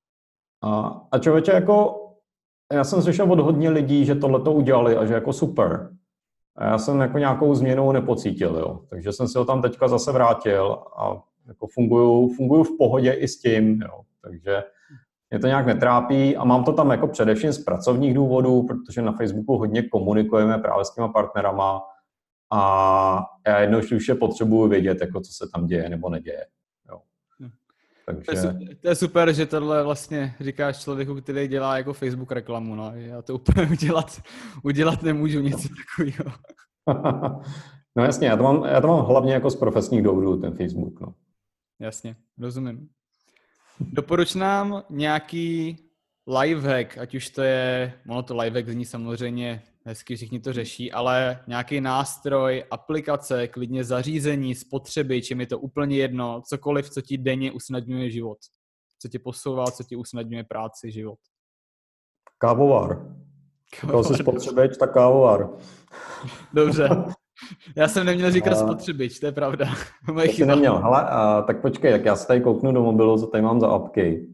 A člověče, jako, já jsem slyšel od hodně lidí, že tohleto udělali a že jako super. A já jsem jako nějakou změnu nepocítil, jo. Takže jsem si ho tam teďka zase vrátil a jako funguju v pohodě i s tím, jo. Takže mě to nějak netrápí a mám to tam jako především z pracovních důvodů, protože na Facebooku hodně komunikujeme právě s těma partnerama a já jednoduše potřebuju vědět, jako co se tam děje nebo neděje. Jo. Takže... To je super, že tohle vlastně říkáš člověku, který dělá jako Facebook reklamu. No. Já to úplně udělat nemůžu, něco takového. No jasně, já to mám hlavně jako z profesních důvodů, ten Facebook. No. Jasně, rozumím. Doporuč nám nějaký lifehack, ať už to je, to lifehack zní samozřejmě hezky, všichni to řeší, ale nějaký nástroj, aplikace, klidně zařízení, spotřeby, čím je to úplně jedno, cokoliv, co ti denně usnadňuje život. Co ti posouvá, co ti usnadňuje práci, život. Kávovar. Jako si spotřebič, tak kávovar. Dobře. Já jsem neměl říkat spotřebič, to je pravda. To jsi neměl. Hele, tak počkej, tak já se tady kouknu do mobilu, co tady mám za apky.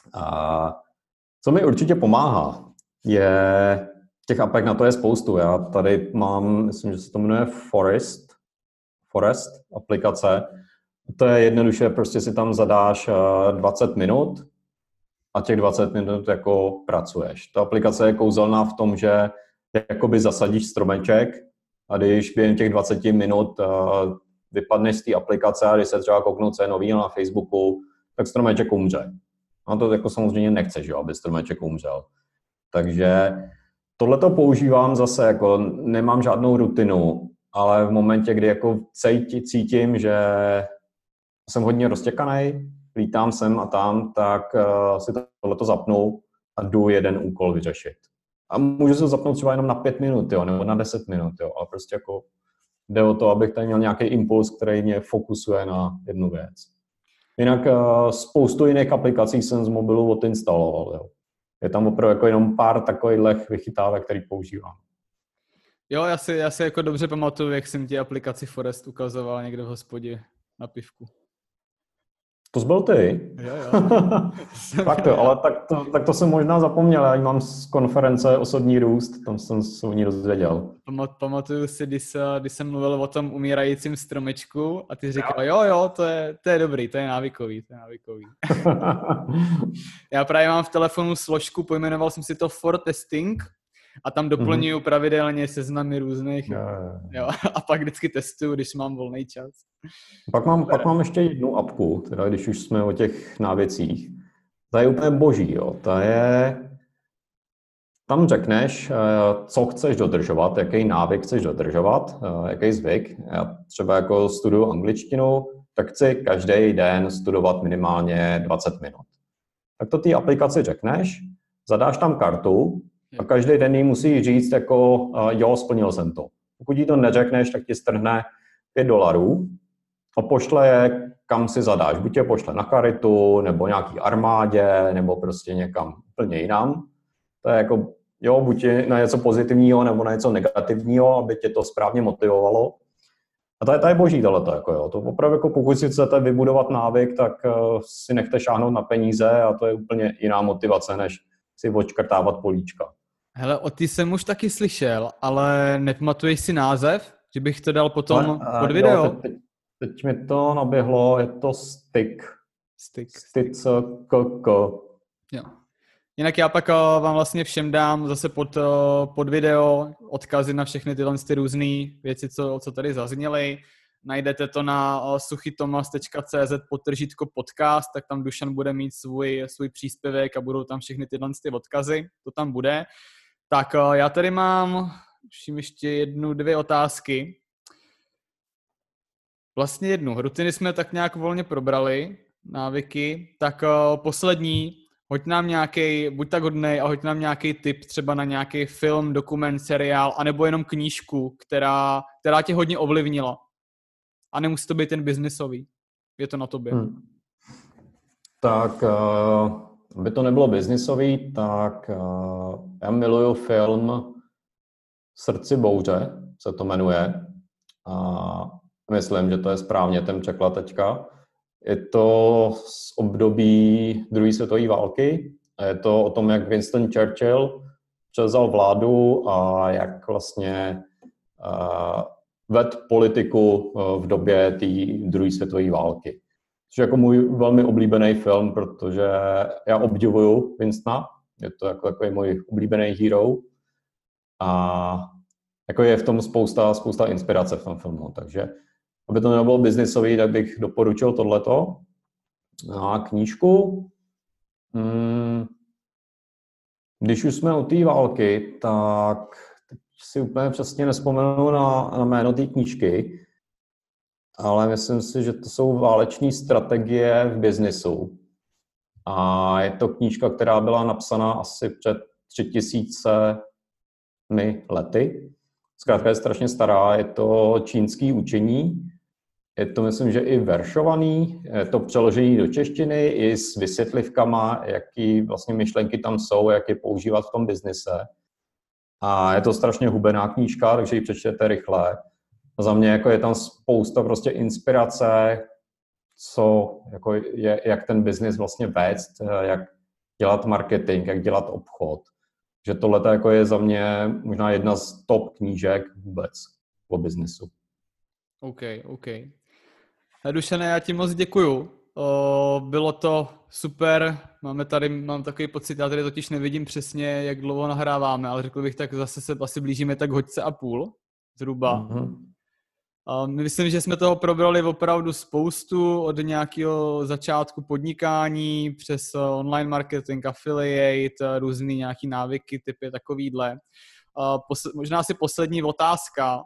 Co mi určitě pomáhá, je těch apek, na to je spoustu. Já tady mám, myslím, že se to jmenuje Forest aplikace. To je jednoduše, prostě si tam zadáš 20 minut a těch 20 minut jako pracuješ. Ta aplikace je kouzelná v tom, že jakoby zasadíš stromeček a když během těch 20 minut vypadneš z té aplikace a když se třeba kouknout, co je nový na Facebooku, tak stromeček umře. A to jako samozřejmě nechceš, jo, aby stromeček umřel. Takže tohleto používám zase, jako nemám žádnou rutinu, ale v momentě, kdy jako cítím, že jsem hodně roztěkaný, lítám sem a tam, tak si tohleto zapnu a jdu jeden úkol vyřešit. A můžu se zapnout třeba jenom na 5 minut, jo, nebo na 10 minut, jo, ale prostě jako jde o to, abych tady měl nějaký impuls, který mě fokusuje na jednu věc. Jinak spoustu jiných aplikací jsem z mobilu odinstaloval, jo. Je tam opravdu jako jenom pár takových vychytávek, který používám. Jo, já si jako dobře pamatuju, jak jsem ti aplikaci Forest ukazoval někde v hospodě na pivku. To byl ty? Jo. Tak to, ale tak to jsem možná zapomněl, já mám z konference Osobní růst, tam jsem se o ní dozvěděl. Pamatuju si, když jsem mluvil o tom umírajícím stromečku a ty říkal, jo, to je dobrý, to je návykový. Já právě mám v telefonu složku, pojmenoval jsem si to For Testing a tam doplňuju pravidelně seznamy různých. Jo. A pak vždycky testuju, když mám volný čas. Pak mám ještě jednu apku, teda když už jsme o těch návěcích. Ta je úplně boží, jo. Tam řekneš, co chceš dodržovat, jaký návyk chceš dodržovat, jaký zvyk. Já třeba jako studuju angličtinu, tak chci každý den studovat minimálně 20 minut. Tak to té aplikaci řekneš, zadáš tam kartu a každý den jí musí říct jako jo, splnil jsem to. Pokud jí to neřekneš, tak ti strhne $5 a pošle je, kam si zadáš. Buď je pošle na charitu, nebo nějaký armádě, nebo prostě někam úplně jinam. To je jako, jo, buď na něco pozitivního, nebo na něco negativního, aby tě to správně motivovalo. A to je boží tohleto, jako jo. To opravdu, jako pokud si chcete vybudovat návyk, tak si nechte šáhnout na peníze a to je úplně jiná motivace, než si odškrtávat políčka. Hele, o ty jsem už taky slyšel, ale nepamatuješ si název? Že bych to dal potom pod video? Jo, teď mi to naběhlo, je to Stick. Jo. Jinak já pak vám vlastně všem dám zase pod video odkazy na všechny tyhle různé věci, co tady zazněly. Najdete to na suchitomas.cz/podcast, tak tam Dušan bude mít svůj příspěvek a budou tam všechny tyhle odkazy, to tam bude. Tak já tady mám ještě 2 otázky. Vlastně jednu. Rutiny jsme tak nějak volně probrali, návyky. Tak poslední, hoď nám nějaký, buď tak hodnej a hoď nám nějaký tip třeba na nějaký film, dokument, seriál, anebo jenom knížku, která tě hodně ovlivnila. A nemusí to být ten biznisový. Je to na tobě. Tak, aby to nebylo biznisový, tak já miluju film Srdci bouře, se to jmenuje. A myslím, že to je správně ten překlad teďka. Je to z období druhé světové války. Je to o tom, jak Winston Churchill převzal vládu a jak vlastně vedl politiku v době té druhé světové války. Což je jako můj velmi oblíbený film, protože já obdivuju Winstona. Je to jako takový můj oblíbený hero. A jako je v tom spousta inspirace v tom filmu. Takže aby to nebylo biznisový, tak bych doporučil tohleto. A knížku. Když už jsme u té války, tak teď si úplně přesně nevzpomenu na jméno té knížky, ale myslím si, že to jsou váleční strategie v biznisu. A je to knížka, která byla napsaná asi před 3000 lety. Zkrátka je strašně stará, je to čínský učení. Je to, myslím, že i veršovaný, je to přeložený do češtiny i s vysvětlivkama, jaký vlastně myšlenky tam jsou, jak je používat v tom biznise. a je to strašně hubená knížka, takže ji přečtěte rychle. A za mě jako je tam spousta prostě inspirace, co jako jak ten biznis vlastně vést, jak dělat marketing, jak dělat obchod. Že tohle jako je za mě možná jedna z top knížek vůbec o biznesu. OK. Dušane, já ti moc děkuju. Bylo to super. Mám takový pocit, já tady totiž nevidím přesně, jak dlouho nahráváme, ale řekl bych, tak zase se asi blížíme tak hodce a půl zhruba. Myslím, že jsme toho probrali opravdu spoustu, od nějakého začátku podnikání přes online marketing, affiliate, různý nějaký návyky, typy takovýhle. Možná si poslední otázka.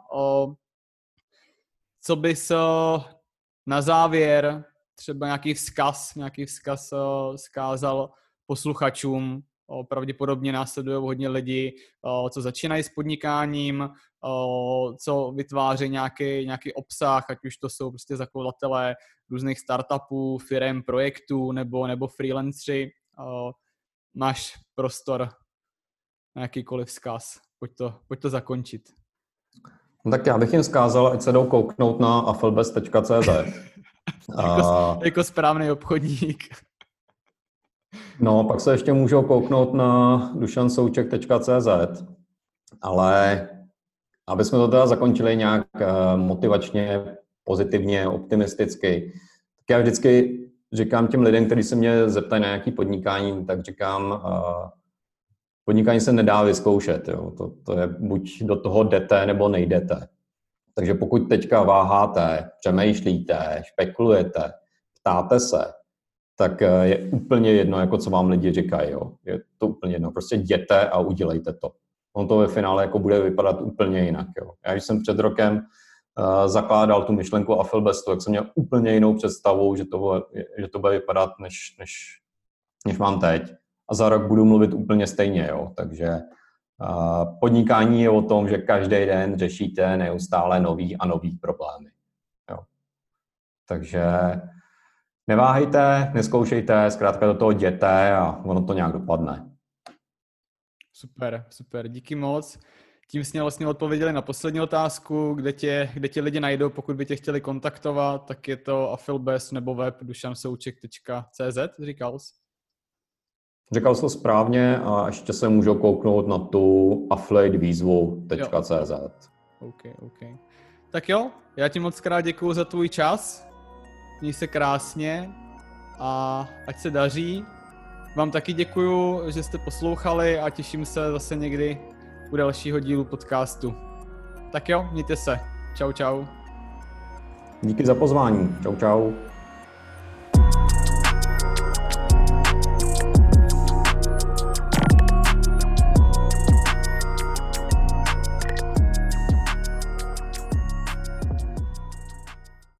Co bys na závěr třeba nějaký vzkaz vzkázal posluchačům? Pravděpodobně následují hodně lidí, co začínají s podnikáním, co vytváří nějaký obsah, ať už to jsou prostě zakladatelé různých startupů, firem, projektů nebo freelanceri. Máš prostor na jakýkoliv vzkaz. Pojď to zakončit. No tak já bych jim vzkázal, ať se jdou kouknout na afflebest.cz. Jako správný obchodník. No, pak se ještě můžou kouknout na dušansouček.cz, ale aby jsme to teda zakončili nějak motivačně, pozitivně, optimisticky, tak já vždycky říkám těm lidem, kteří se mě zeptají na nějaké podnikání, tak říkám, podnikání se nedá vyzkoušet. Jo. To je buď do toho jdete, nebo nejdete. Takže pokud teďka váháte, přemýšlíte, špekulujete, ptáte se, tak je úplně jedno, jako co vám lidi říkají. Jo. Je to úplně jedno. Prostě jděte a udělejte to. On to ve finále jako bude vypadat úplně jinak. Jo. Já když jsem před rokem zakládal tu myšlenku Afflebestu, tak jsem měl úplně jinou představu, že to bude vypadat, než mám teď. A za rok budu mluvit úplně stejně. Jo. Takže podnikání je o tom, že každý den řešíte neustále nový a nový problémy. Jo. Takže neváhejte, neskoušejte, zkrátka do toho jděte a ono to nějak dopadne. Super, díky moc. Tím jsme vlastně odpověděli na poslední otázku, kde tě lidi najdou, pokud by tě chtěli kontaktovat, tak je to Afflebest nebo web dušansouček.cz, říkal jsi? Říkal jsi to správně a ještě se můžou kouknout na tu affiliatevýzvu.cz. OK. Tak jo, já ti moc krát děkuju za tvůj čas, měj se krásně a ať se daří. Vám taky děkuju, že jste poslouchali a těším se zase někdy u dalšího dílu podcastu. Tak jo, mějte se. Čau. Díky za pozvání. Čau.